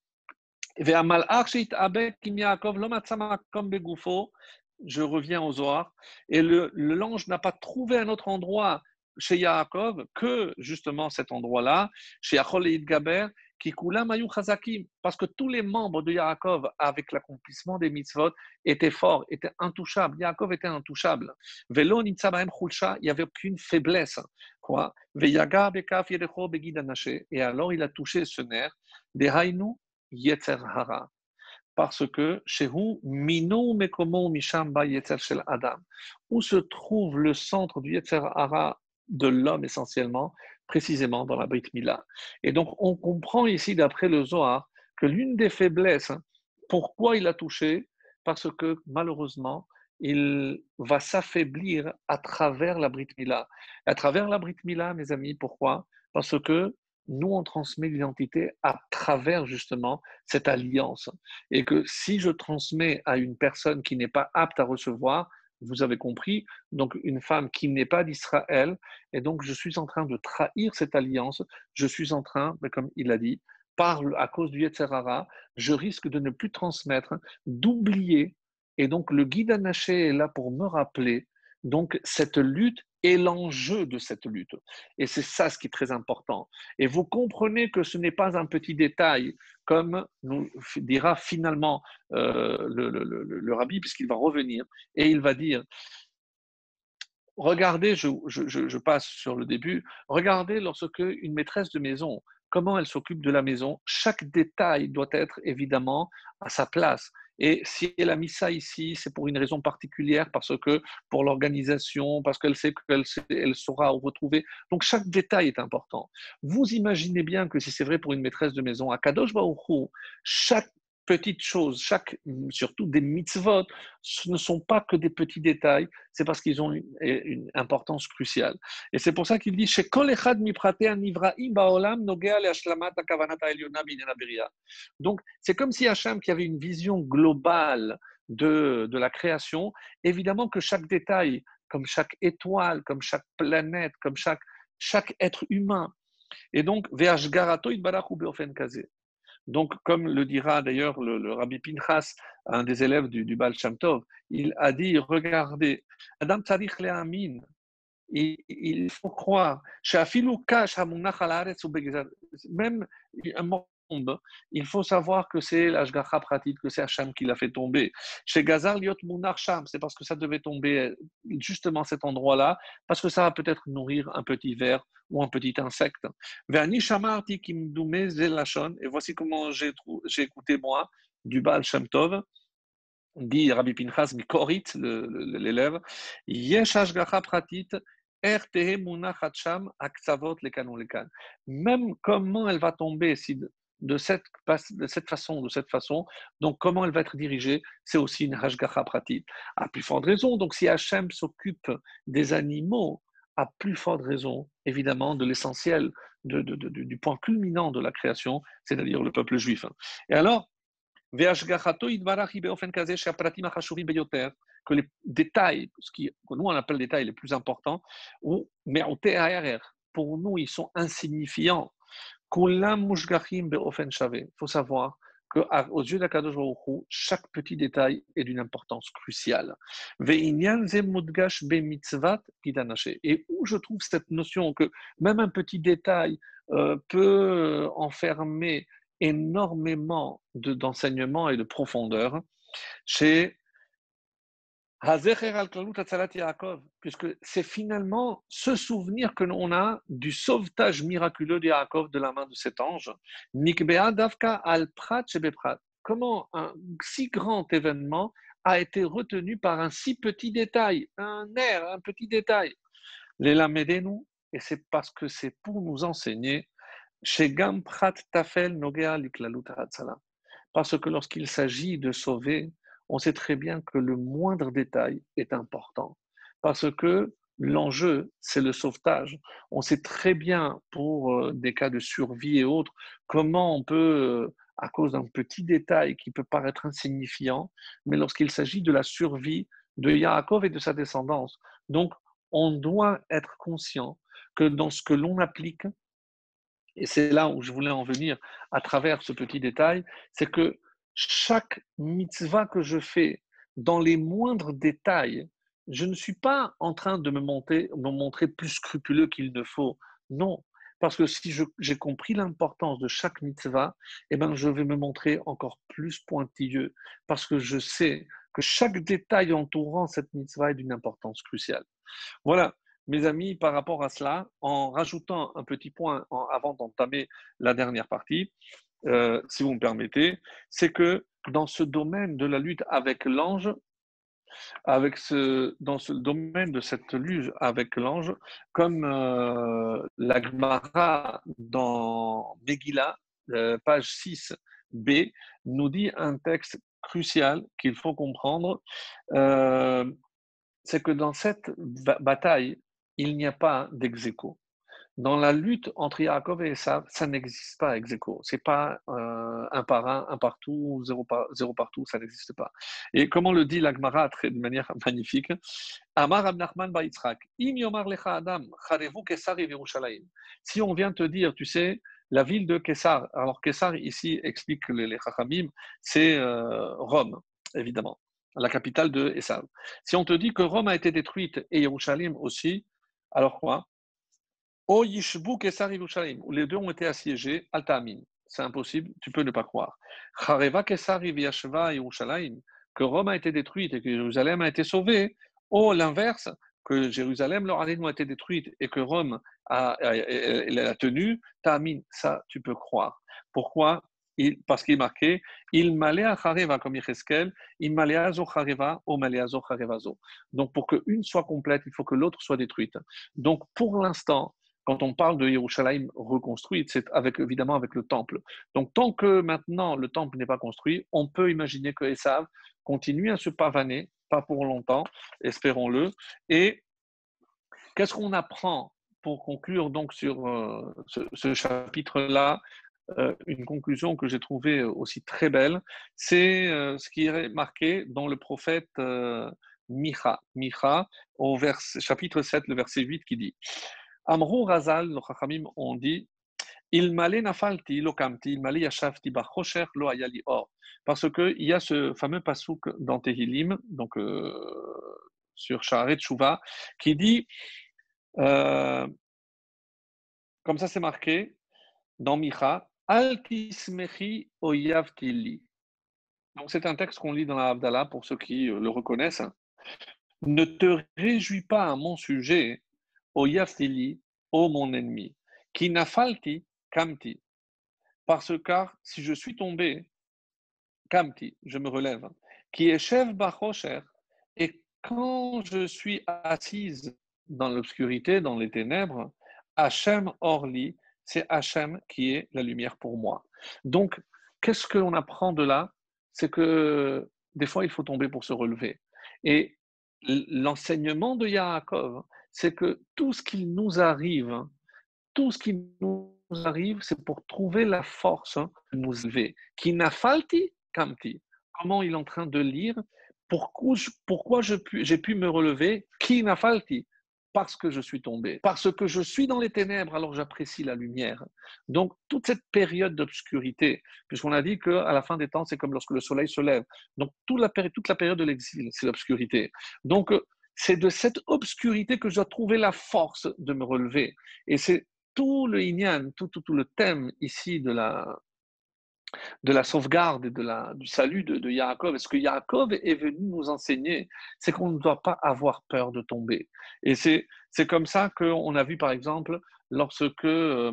Je reviens aux Zohar, et le, le l'ange n'a pas trouvé un autre endroit chez Yaakov que justement cet endroit-là, chez Achol et Gaber, qui coula Mayu Chazakim, parce que tous les membres de Yaakov, avec l'accomplissement des mitzvot, étaient forts, étaient intouchables. Yaakov était intouchable. Velo Nitsa Bahem Chulsha, il n'y avait aucune faiblesse. Quoi? Veyaga Bekaf Yerecho Begid Anaché. Et alors il a touché ce nerf, des Hainu Yetzer Hara, parce que chez vous, Minou Mekomo Mishamba Yetzer Shel Adam, où se trouve le centre du Yetzer Hara de l'homme essentiellement, précisément dans la Brit Mila. Et donc on comprend ici, d'après le Zohar, que l'une des faiblesses, hein, pourquoi il a touché? Parce que malheureusement, il va s'affaiblir à travers la Brit Mila. À travers la Brit Mila, mes amis, pourquoi? Parce que nous, on transmet l'identité à travers justement cette alliance. Et que si je transmets à une personne qui n'est pas apte à recevoir, vous avez compris, donc une femme qui n'est pas d'Israël, et donc je suis en train de trahir cette alliance, je suis en train, comme il a dit, par, à cause du Yetzer Hara, je risque de ne plus transmettre, d'oublier. Et donc, le guide Anaché est là pour me rappeler donc cette lutte et l'enjeu de cette lutte. Et c'est ça ce qui est très important. Et vous comprenez que ce n'est pas un petit détail, comme nous dira finalement euh, le, le, le, le rabbi, puisqu'il va revenir et il va dire, regardez, je, je, je passe sur le début, regardez lorsque une maîtresse de maison, comment elle s'occupe de la maison, chaque détail doit être évidemment à sa place. Et si elle a mis ça ici, c'est pour une raison particulière, parce que pour l'organisation, parce qu'elle sait qu'elle elle saura où retrouver. Donc chaque détail est important. Vous imaginez bien que si c'est vrai pour une maîtresse de maison, à Kadosh Baruch Hu, chaque petite chose, chaque, surtout des mitzvot, ce ne sont pas que des petits détails, c'est parce qu'ils ont une, une importance cruciale. Et c'est pour ça qu'il dit donc, c'est comme si Hachem, qui avait une vision globale de, de la création, évidemment que chaque détail, comme chaque étoile, comme chaque planète, comme chaque, chaque être humain, et donc, Ve'ashgarato itbarach hu beofen kazeh. Donc, comme le dira d'ailleurs le, le Rabbi Pinchas, un des élèves du, du Baal Shem Tov, il a dit, regardez, Adam Tzarich Le'amin, il, il faut croire, même un monde, il faut savoir que c'est l'Ashgacha Pratit, que c'est Hacham qui l'a fait tomber. Chez Gazar Liot Munar Sham, c'est parce que ça devait tomber justement cet endroit-là, parce que ça va peut-être nourrir un petit ver ou un petit insecte. Et voici comment j'ai, j'ai écouté moi du Baal Shem Tov, dit Rabbi Pinchas Mikorit, l'élève, Yesh Ashgacha Pratit, même comment elle va tomber si de cette, de cette façon, de cette façon, donc comment elle va être dirigée, c'est aussi une hashgacha pratique. À plus forte raison, donc si Hachem s'occupe des animaux, à plus forte raison, évidemment, de l'essentiel, de, de, de, du point culminant de la création, c'est-à-dire le peuple juif. Et alors, que les détails, ce qui, que nous on appelle les détails les plus importants, ou, mais pour nous ils sont insignifiants. Il faut savoir qu'aux yeux d'Akadosh Baruch Hu, chaque petit détail est d'une importance cruciale. Et où je trouve cette notion que même un petit détail euh, peut enfermer énormément de, d'enseignement et de profondeur, chez puisque c'est finalement ce souvenir que l'on a du sauvetage miraculeux de Yaakov de la main de cet ange. Comment un si grand événement a été retenu par un si petit détail, un air, un petit détail. Les lamedenu, et c'est parce que c'est pour nous enseigner, chez Gam Prat Tafel Nogea Liklalut Hatzala. Parce que lorsqu'il s'agit de sauver, on sait très bien que le moindre détail est important. Parce que l'enjeu, c'est le sauvetage. On sait très bien, pour des cas de survie et autres, comment on peut, à cause d'un petit détail qui peut paraître insignifiant, mais lorsqu'il s'agit de la survie de Yaakov et de sa descendance. Donc, on doit être conscient que dans ce que l'on applique, et c'est là où je voulais en venir à travers ce petit détail, c'est que chaque mitzvah que je fais, dans les moindres détails, je ne suis pas en train de me, monter, me montrer plus scrupuleux qu'il ne faut. Non, parce que si je, j'ai compris l'importance de chaque mitzvah, eh ben, je vais me montrer encore plus pointilleux, parce que je sais que chaque détail entourant cette mitzvah est d'une importance cruciale. Voilà, mes amis, par rapport à cela, en rajoutant un petit point en, avant d'entamer la dernière partie, euh, si vous me permettez, c'est que dans ce domaine de la lutte avec l'ange, avec ce, dans ce domaine de cette lutte avec l'ange, comme euh, la Gemara dans Megillah, euh, page six b, nous dit un texte crucial qu'il faut comprendre, euh, c'est que dans cette bataille, il n'y a pas d'ex-aequo. Dans la lutte entre Yaakov et Esav, ça n'existe pas ex-aequo. C'est pas euh, un par un, un partout, zéro, par, zéro partout, ça n'existe pas. Et comment le dit l'Agmara de manière magnifique, Amar Rab Nachman bar Yitzhak, Im yomar lecha Adam, charevu kesari v'Yerushalayim. Si on vient te dire, tu sais, la ville de Kessar. Alors Kessar, ici, explique les, les Chachamim, c'est euh, Rome, évidemment, la capitale de Esav. Si on te dit que Rome a été détruite et Yerushalayim aussi, alors quoi? O Yishbu Kessar Yerushalayim, où les deux ont été assiégés, Al-Ta'amin. C'est impossible, tu peux ne pas croire. Chareva Kessar Yashva Yerushalayim, que Rome a été détruite et que Jérusalem a été sauvée. Ou l'inverse, que Jérusalem, leur a été détruite et que Rome a, a, a, a, a tenu, Ta'amin, ça tu peux croire. Pourquoi? Il, parce qu'il est marqué, il malea chareva comme Yecheskel, il malea zo chareva, o malea zo charevazo. Donc pour qu'une soit complète, il faut que l'autre soit détruite. Donc pour l'instant, quand on parle de Yerushalayim reconstruite, c'est avec, évidemment avec le temple. Donc tant que maintenant le temple n'est pas construit, on peut imaginer que Esav continue à se pavaner, pas pour longtemps, espérons-le. Et qu'est-ce qu'on apprend pour conclure donc sur euh, ce, ce chapitre-là? Euh, une conclusion que j'ai trouvée aussi très belle, c'est euh, ce qui est marqué dans le prophète euh, Micha, Micha, au vers, chapitre sept, le verset huit, qui dit Amrou Razal, nos Chachamim ont dit Il malé nafalti lo kamti, il malé yashavti bachosher lo ayali or. Parce qu'il y a ce fameux pasouk dans Tehillim, donc euh, sur Sha'aret Tshuva, qui dit, euh, comme ça c'est marqué dans Micha, Al tismechi oyavtili. Donc c'est un texte qu'on lit dans la Havdalah pour ceux qui le reconnaissent. Ne te réjouis pas à mon sujet, oyavtili, ô mon ennemi, qui nafalti kamti. Parce que si je suis tombé, kamti, je me relève, qui est chef bachosher, et quand je suis assise dans l'obscurité, dans les ténèbres, Hachem orli, c'est Hachem qui est la lumière pour moi. Donc, qu'est-ce qu'on apprend de là? C'est que des fois, il faut tomber pour se relever. Et l'enseignement de Yaakov, c'est que tout ce qui nous arrive, tout ce qui nous arrive, c'est pour trouver la force de nous élever. Qui n'a falti kamti. Comment il est en train de lire? Pourquoi, je, pourquoi je pu, j'ai pu me relever? Qui n'a falti? Parce que je suis tombé. Parce que je suis dans les ténèbres, alors j'apprécie la lumière. Donc, toute cette période d'obscurité, puisqu'on a dit qu'à la fin des temps, c'est comme lorsque le soleil se lève. Donc, toute la, toute la période de l'exil, c'est l'obscurité. Donc, c'est de cette obscurité que je dois trouver la force de me relever. Et c'est tout le inyan, tout, tout, tout le thème ici de la, de la sauvegarde et de la, du salut de, de Yaakov. Et ce que Yaakov est venu nous enseigner, c'est qu'on ne doit pas avoir peur de tomber. Et c'est, c'est comme ça qu'on a vu, par exemple, lorsque euh,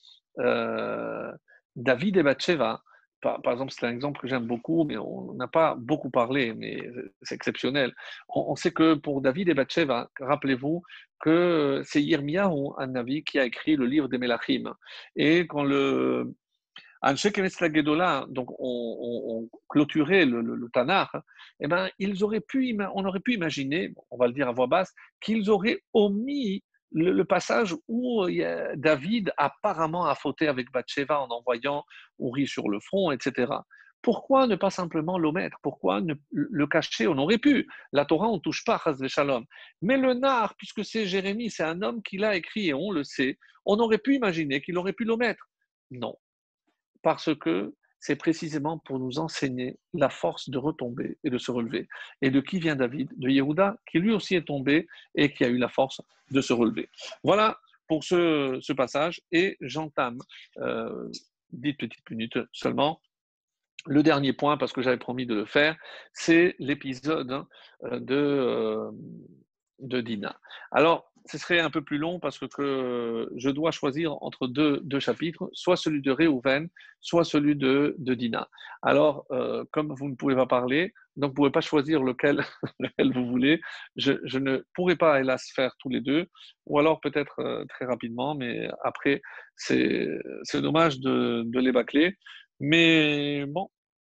euh, David et Bathsheba, par, par exemple, c'est un exemple que j'aime beaucoup, mais on n'a pas beaucoup parlé, mais c'est exceptionnel. On, on sait que pour David et Bathsheba, rappelez-vous que c'est Yirmiyahu, un Navi, qui a écrit le livre des Mélachim. Et quand le Anshe Knesset Gedola, donc on, on, on clôturait le, le, le Tanakh, eh ben, ils auraient pu, on aurait pu imaginer, on va le dire à voix basse, qu'ils auraient omis le, le passage où David apparemment a fauté avec Bathsheba en envoyant Uri sur le front, et cetera. Pourquoi ne pas simplement l'omettre? Pourquoi ne, le cacher? On aurait pu. La Torah, on ne touche pas, Chas Shalom. Mais le Nar, puisque c'est Jérémie, c'est un homme qui l'a écrit et on le sait, on aurait pu imaginer qu'il aurait pu l'omettre. Non. Parce que c'est précisément pour nous enseigner la force de retomber et de se relever. Et de qui vient David? De Yehuda, qui lui aussi est tombé et qui a eu la force de se relever. Voilà pour ce, ce passage. Et j'entame, euh, dix petites minutes seulement, le dernier point, parce que j'avais promis de le faire, c'est l'épisode hein, de, euh, de Dina. Alors, ce serait un peu plus long parce que, que je dois choisir entre deux, deux chapitres, soit celui de Réhouven, soit celui de, de Dina. Alors, euh, comme vous ne pouvez pas parler, donc vous ne pouvez pas choisir lequel, lequel vous voulez, je, je ne pourrai pas, hélas, faire tous les deux, ou alors peut-être euh, très rapidement, mais après, c'est, c'est dommage de, de les bâcler. Mais bon,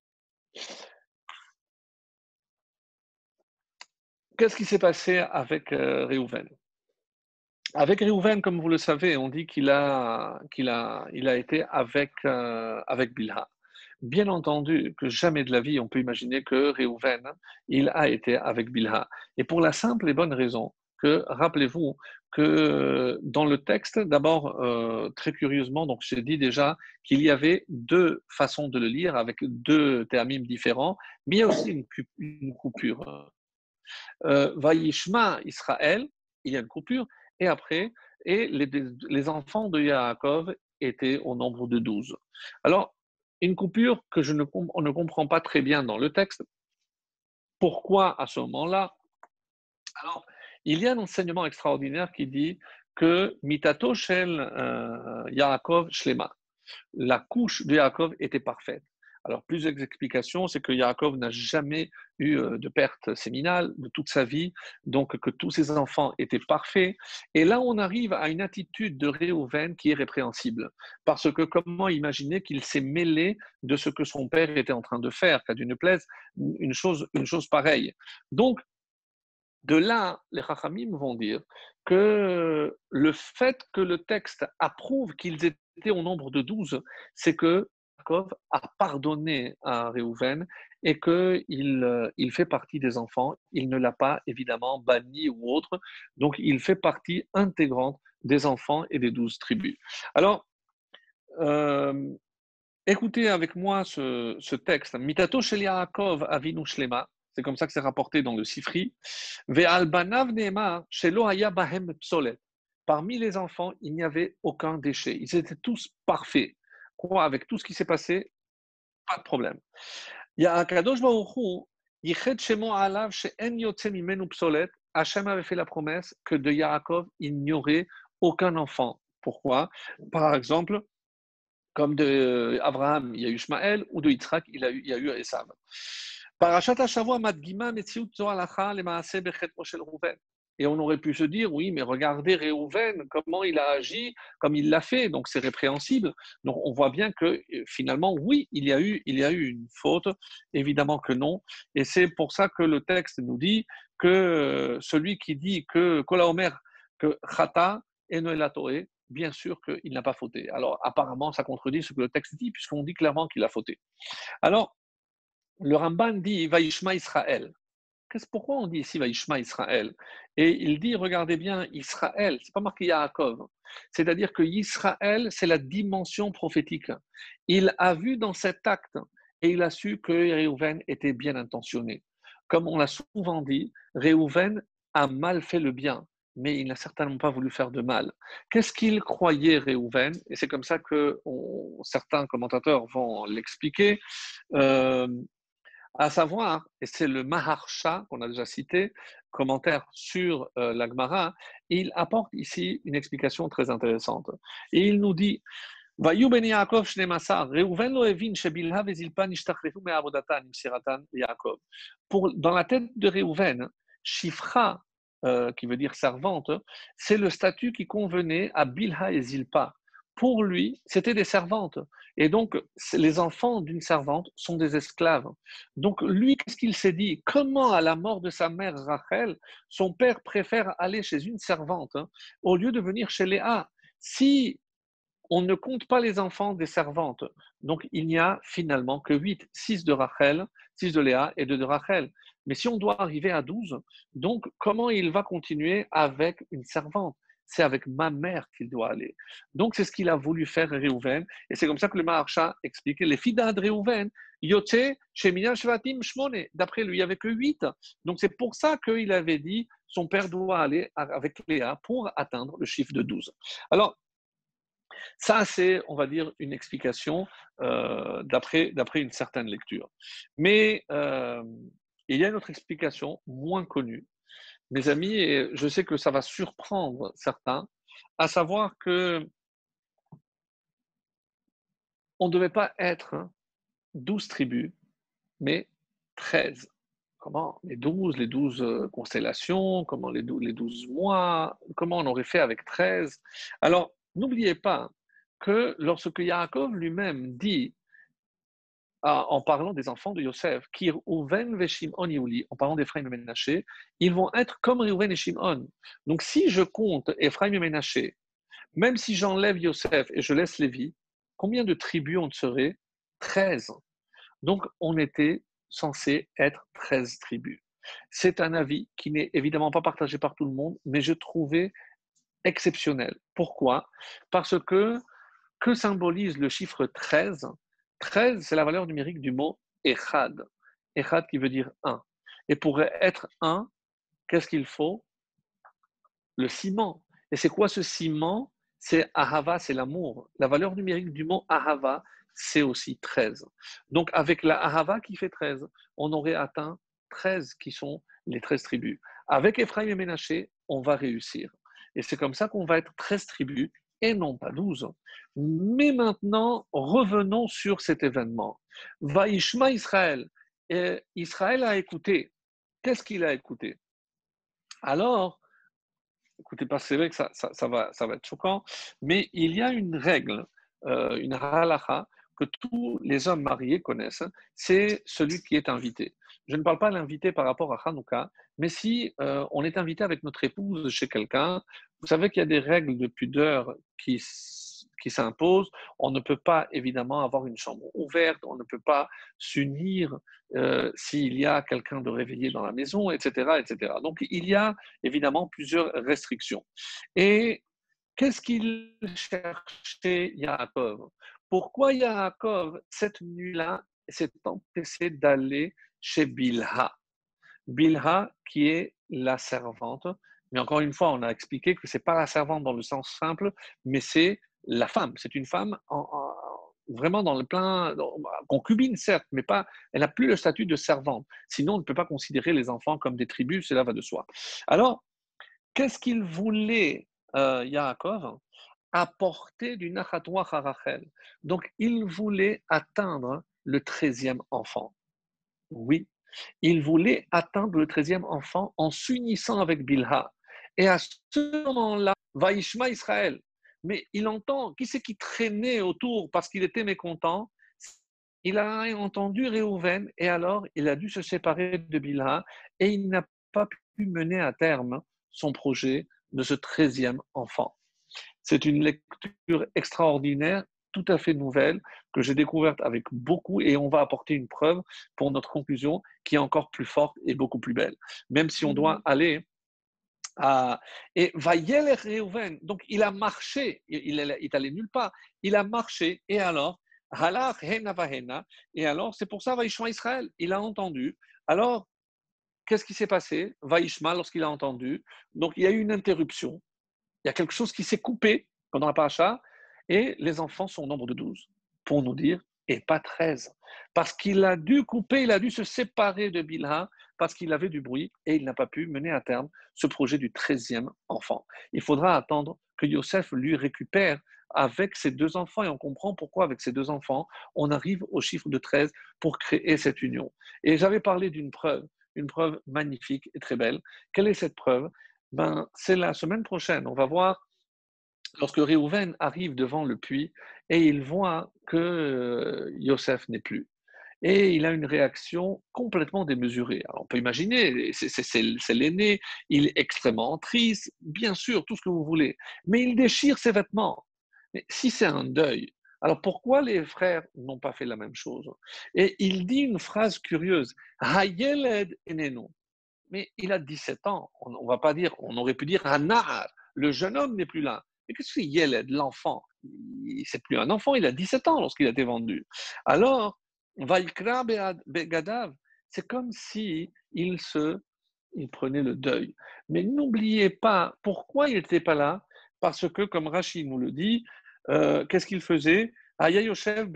qu'est-ce qui s'est passé avec euh, Réhouven? Avec Réhouven, comme vous le savez, on dit qu'il a, qu'il a, il a été avec, euh, avec Bilha. Bien entendu que jamais de la vie on peut imaginer que Réhouven, il a été avec Bilha. Et pour la simple et bonne raison que, rappelez-vous, que dans le texte, d'abord, euh, très curieusement, donc j'ai dit déjà qu'il y avait deux façons de le lire avec deux termes différents, mais il y a aussi une, une coupure. Euh, Vaishma Israël, il y a une coupure, et après, et les, les enfants de Yaakov étaient au nombre de douze. Alors, une coupure que je ne, on ne comprend pas très bien dans le texte. Pourquoi à ce moment-là? Alors, il y a un enseignement extraordinaire qui dit que Mitato Shel euh, Yaakov Shlema, la couche de Yaakov était parfaite. Alors, plusieurs explications, c'est que Yaakov n'a jamais eu euh, de perte séminale de toute sa vie, donc que tous ses enfants étaient parfaits. Et là, on arrive à une attitude de Réhouven qui est répréhensible. Parce que comment imaginer qu'il s'est mêlé de ce que son père était en train de faire, qu'à d'une plaise, une chose, une chose pareille. Donc, de là, les Chachamim vont dire que le fait que le texte approuve qu'ils étaient au nombre de douze, c'est que Jacob a pardonné à Réhouven et qu'il euh, il fait partie des enfants. Il ne l'a pas évidemment banni ou autre. Donc, il fait partie intégrante des enfants et des douze tribus. Alors, euh, écoutez avec moi ce, ce texte. Mitato shel Yaakov avinu shlema. C'est comme ça que c'est rapporté dans le Sifri. Ve'al banav ne'emar shelo haya bahem psolet. Parmi les enfants, il n'y avait aucun déchet. Ils étaient tous parfaits. Quoi, avec tout ce qui s'est passé, pas de problème. Ya'akadosh baruch hu yichet shemo alav she'en yotze mimenu psolet. Hachem avait fait la promesse que de Yaakov, il n'y aurait aucun enfant. Pourquoi? Par exemple, comme de Abraham, il y a eu Ishmaël, ou de Yitzhak, il, a eu, il y a eu Esav. Parashat Hashavua madgima metziut zo halacha lemaaseh bechetro shel Rouven. Et on aurait pu se dire, oui, mais regardez Réhouven, comment il a agi, comme il l'a fait, donc c'est répréhensible. Donc on voit bien que finalement, oui, il y a eu, il y a eu une faute, évidemment que non. Et c'est pour ça que le texte nous dit que celui qui dit que Kola Omer, que Chata et Noël Toré, bien sûr qu'il n'a pas fauté. Alors apparemment, ça contredit ce que le texte dit, puisqu'on dit clairement qu'il a fauté. Alors, le Ramban dit Vaishma Israël. Qu'est-ce, pourquoi on dit ici Vaishma Israël? Et il dit, regardez bien, Israël, c'est pas marqué Yaakov. C'est-à-dire que Israël, c'est la dimension prophétique. Il a vu dans cet acte et il a su que Réhouven était bien intentionné. Comme on l'a souvent dit, Réhouven a mal fait le bien, mais il n'a certainement pas voulu faire de mal. Qu'est-ce qu'il croyait, Réhouven? Et c'est comme ça que on, certains commentateurs vont l'expliquer. Euh, à savoir, et c'est le Maharsha qu'on a déjà cité, commentaire sur euh, la Gemara, il apporte ici une explication très intéressante. Et il nous dit Vayu ben Yaakov shnemasar, Reuven lo evin shebilha vezilpa nishtachrefu me'avodatan imsiratan Yaakov. Pour dans la tête de Reuven, Shifra, euh, qui veut dire servante, c'est le statut qui convenait à Bilha et Zilpa. Pour lui, c'était des servantes. Et donc, les enfants d'une servante sont des esclaves. Donc, lui, qu'est-ce qu'il s'est dit? Comment, à la mort de sa mère Rachel, son père préfère aller chez une servante hein, au lieu de venir chez Léa? Si on ne compte pas les enfants des servantes, donc il n'y a finalement que huit, six de Rachel, six de Léa et deux de Rachel. Mais si on doit arriver à douze, donc comment il va continuer avec une servante? C'est avec ma mère qu'il doit aller. Donc c'est ce qu'il a voulu faire Réhouven, et c'est comme ça que le Maharsha explique les filles de Réhouven, Yotze, Shemina Shvatim Shmone. D'après lui, il n'y avait que huit. Donc c'est pour ça qu'il avait dit son père doit aller avec Léa pour atteindre le chiffre de douze. Alors, ça, c'est, on va dire, une explication euh, d'après, d'après une certaine lecture. Mais euh, il y a une autre explication moins connue, mes amis, et je sais que ça va surprendre certains, à savoir que on ne devait pas être douze tribus, mais treize. Comment? Les douze, les douze euh, constellations, comment les douze, les douze mois, comment on aurait fait avec treize? Alors, n'oubliez pas que lorsque Yaakov lui-même dit, ah, en parlant des enfants de Yosef, qui Reuven ve Shimon Yuli, en parlant d'Ephraim et Ménaché, ils vont être comme Reuven et Shimon. Donc, si je compte Ephraim et Ménaché, même si j'enlève Yosef et je laisse Lévi, combien de tribus on serait? Treize. Donc, on était censé être treize tribus. C'est un avis qui n'est évidemment pas partagé par tout le monde, mais je trouvais exceptionnel. Pourquoi? Parce que, que symbolise le chiffre treize? Treize, c'est la valeur numérique du mot Echad. Echad qui veut dire un. Et pour être un, qu'est-ce qu'il faut? Le ciment. Et c'est quoi ce ciment? C'est Ahava, c'est l'amour. La valeur numérique du mot Ahava, c'est aussi treize. Donc avec la Ahava qui fait treize, on aurait atteint treize qui sont les treize tribus. Avec Ephraim et Ménaché, on va réussir. Et c'est comme ça qu'on va être treize tribus et non pas douze. Mais maintenant, revenons sur cet événement. Vaishma Israël. Et Israël a écouté. Qu'est-ce qu'il a écouté? Alors, écoutez pas, c'est vrai que ça, ça, ça va, ça va être choquant, mais il y a une règle, euh, une halakha, que tous les hommes mariés connaissent, c'est celui qui est invité. Je ne parle pas de l'invité par rapport à Hanouka, mais si euh, on est invité avec notre épouse chez quelqu'un, vous savez qu'il y a des règles de pudeur qui, qui s'imposent. On ne peut pas évidemment avoir une chambre ouverte, on ne peut pas s'unir euh, s'il y a quelqu'un de réveillé dans la maison, et cetera, et cetera. Donc il y a évidemment plusieurs restrictions. Et qu'est-ce qu'il cherchait Yaakov? Pourquoi Yaakov, cette nuit-là, s'est empêché d'aller chez Bilha? Bilha, qui est la servante, mais encore une fois, on a expliqué que ce n'est pas la servante dans le sens simple, mais c'est la femme. C'est une femme en, en, vraiment dans le plein, dans, concubine certes, mais pas, elle n'a plus le statut de servante. Sinon, on ne peut pas considérer les enfants comme des tribus, cela va de soi. Alors, qu'est-ce qu'il voulait, euh, Yaakov? Apporter du nachatoua à Rachel. Donc, il voulait atteindre le treizième enfant. Oui, il voulait atteindre le treizième enfant en s'unissant avec Bilha. Et à ce moment-là, Vaishma Israël. Mais il entend, qui c'est qui traînait autour parce qu'il était mécontent? Il a entendu Réhouven et alors il a dû se séparer de Bilha et il n'a pas pu mener à terme son projet de ce treizième enfant. C'est une lecture extraordinaire, tout à fait nouvelle, que j'ai découverte avec beaucoup et on va apporter une preuve pour notre conclusion qui est encore plus forte et beaucoup plus belle. Même si on doit aller à... Et Vayel Reuven, donc il a marché, il est allé nulle part, il a marché et alors, Halach Hena Vahena, et alors c'est pour ça Vaishma Israël, il a entendu. Alors, qu'est-ce qui s'est passé? Vaishma, lorsqu'il a entendu, donc il y a eu une interruption. Il y a quelque chose qui s'est coupé pendant la paracha, et les enfants sont au nombre de douze, pour nous dire, et pas treize. Parce qu'il a dû couper, il a dû se séparer de Bilha, parce qu'il avait du bruit, et il n'a pas pu mener à terme ce projet du treizième enfant. Il faudra attendre que Yosef lui récupère avec ses deux enfants, et on comprend pourquoi avec ses deux enfants, on arrive au chiffre de treize pour créer cette union. Et j'avais parlé d'une preuve, une preuve magnifique et très belle. Quelle est cette preuve? Ben, c'est la semaine prochaine. On va voir lorsque Réhouven arrive devant le puits et il voit que euh, Yosef n'est plus. Et il a une réaction complètement démesurée. Alors on peut imaginer, c'est, c'est, c'est, c'est l'aîné, il est extrêmement triste, bien sûr, tout ce que vous voulez, mais il déchire ses vêtements. Mais si c'est un deuil, alors pourquoi les frères n'ont pas fait la même chose? Et il dit une phrase curieuse, Hayeled enenu. Mais il a dix-sept ans. On ne va pas dire, on aurait pu dire un nahar. Le jeune homme n'est plus là. Mais qu'est-ce que c'est Yeled, l'enfant? C'est plus un enfant, il a dix-sept ans lorsqu'il a été vendu. Alors, Vaikra Begadav, c'est comme si il se, il prenait le deuil. Mais n'oubliez pas pourquoi il n'était pas là, parce que, comme Rachid nous le dit, euh, qu'est-ce qu'il faisait? Aya Yoshev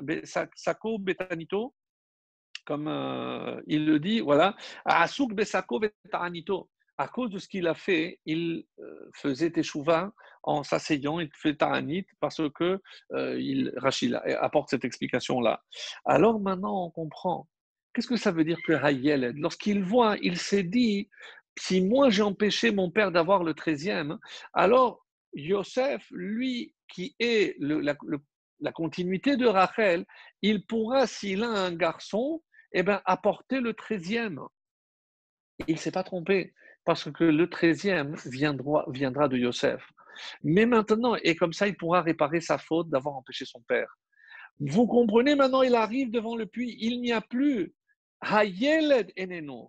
Sako Betanito, comme euh, il le dit, voilà, Asuk Besako Betanito. À cause de ce qu'il a fait, il euh, faisait Teshuvah en s'asseyant, il fait Ta'anit parce que euh, il, Rachid apporte cette explication-là. Alors maintenant, on comprend. Qu'est-ce que ça veut dire que Hayeled? Lorsqu'il voit, il s'est dit, si moi j'ai empêché mon père d'avoir le treizième, alors Yosef, lui qui est le, la, le, la continuité de Rachel, il pourra, s'il a un garçon, eh ben, apporter le treizième. Il ne s'est pas trompé, parce que le treizième viendra, viendra de Yosef. Mais maintenant, et comme ça, il pourra réparer sa faute d'avoir empêché son père. Vous comprenez, maintenant, il arrive devant le puits, il n'y a plus Hayeled Eneno.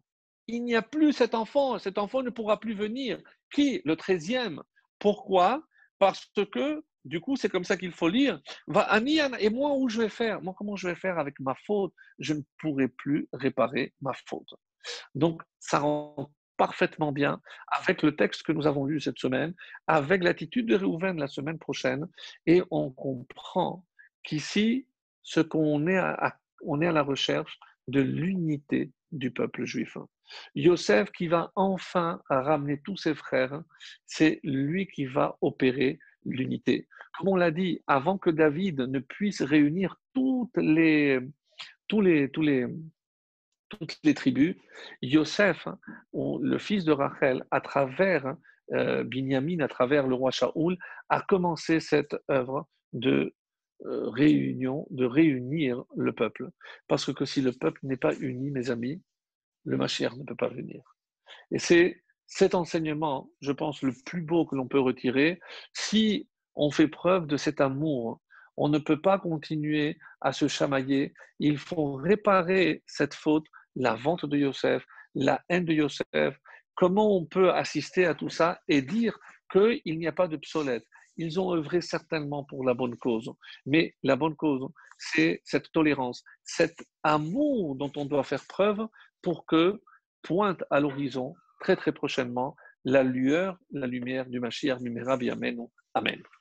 il n'y a plus cet enfant, cet enfant ne pourra plus venir. Qui? Le treizième. Pourquoi? Parce que, du coup, c'est comme ça qu'il faut lire. Va Anian, et moi, où je vais faire? Moi, comment je vais faire avec ma faute? Je ne pourrai plus réparer ma faute. Donc, ça rend parfaitement bien avec le texte que nous avons lu cette semaine, avec l'attitude de Réhouven la semaine prochaine, et on comprend qu'ici, ce qu'on est à, on est à la recherche de l'unité du peuple juif. Yosef qui va enfin ramener tous ses frères, c'est lui qui va opérer l'unité. Comme on l'a dit, avant que David ne puisse réunir toutes les, tous les, tous les, toutes les tribus, Yosef, hein, le fils de Rachel, à travers euh, Binyamin, à travers le roi Shaoul, a commencé cette œuvre de euh, réunion, de réunir le peuple. Parce que si le peuple n'est pas uni, mes amis, le Mashiach ne peut pas venir. Et c'est cet enseignement, je pense, le plus beau que l'on peut retirer. Si on fait preuve de cet amour, on ne peut pas continuer à se chamailler. Il faut réparer cette faute, la vente de Yosef, la haine de Yosef. Comment on peut assister à tout ça et dire qu'il n'y a pas d'obsolète? Ils ont œuvré certainement pour la bonne cause. Mais la bonne cause, c'est cette tolérance, cet amour dont on doit faire preuve pour que pointe à l'horizon très très prochainement la lueur, la lumière du Mashiach Mimera B'Yameinu. Amen.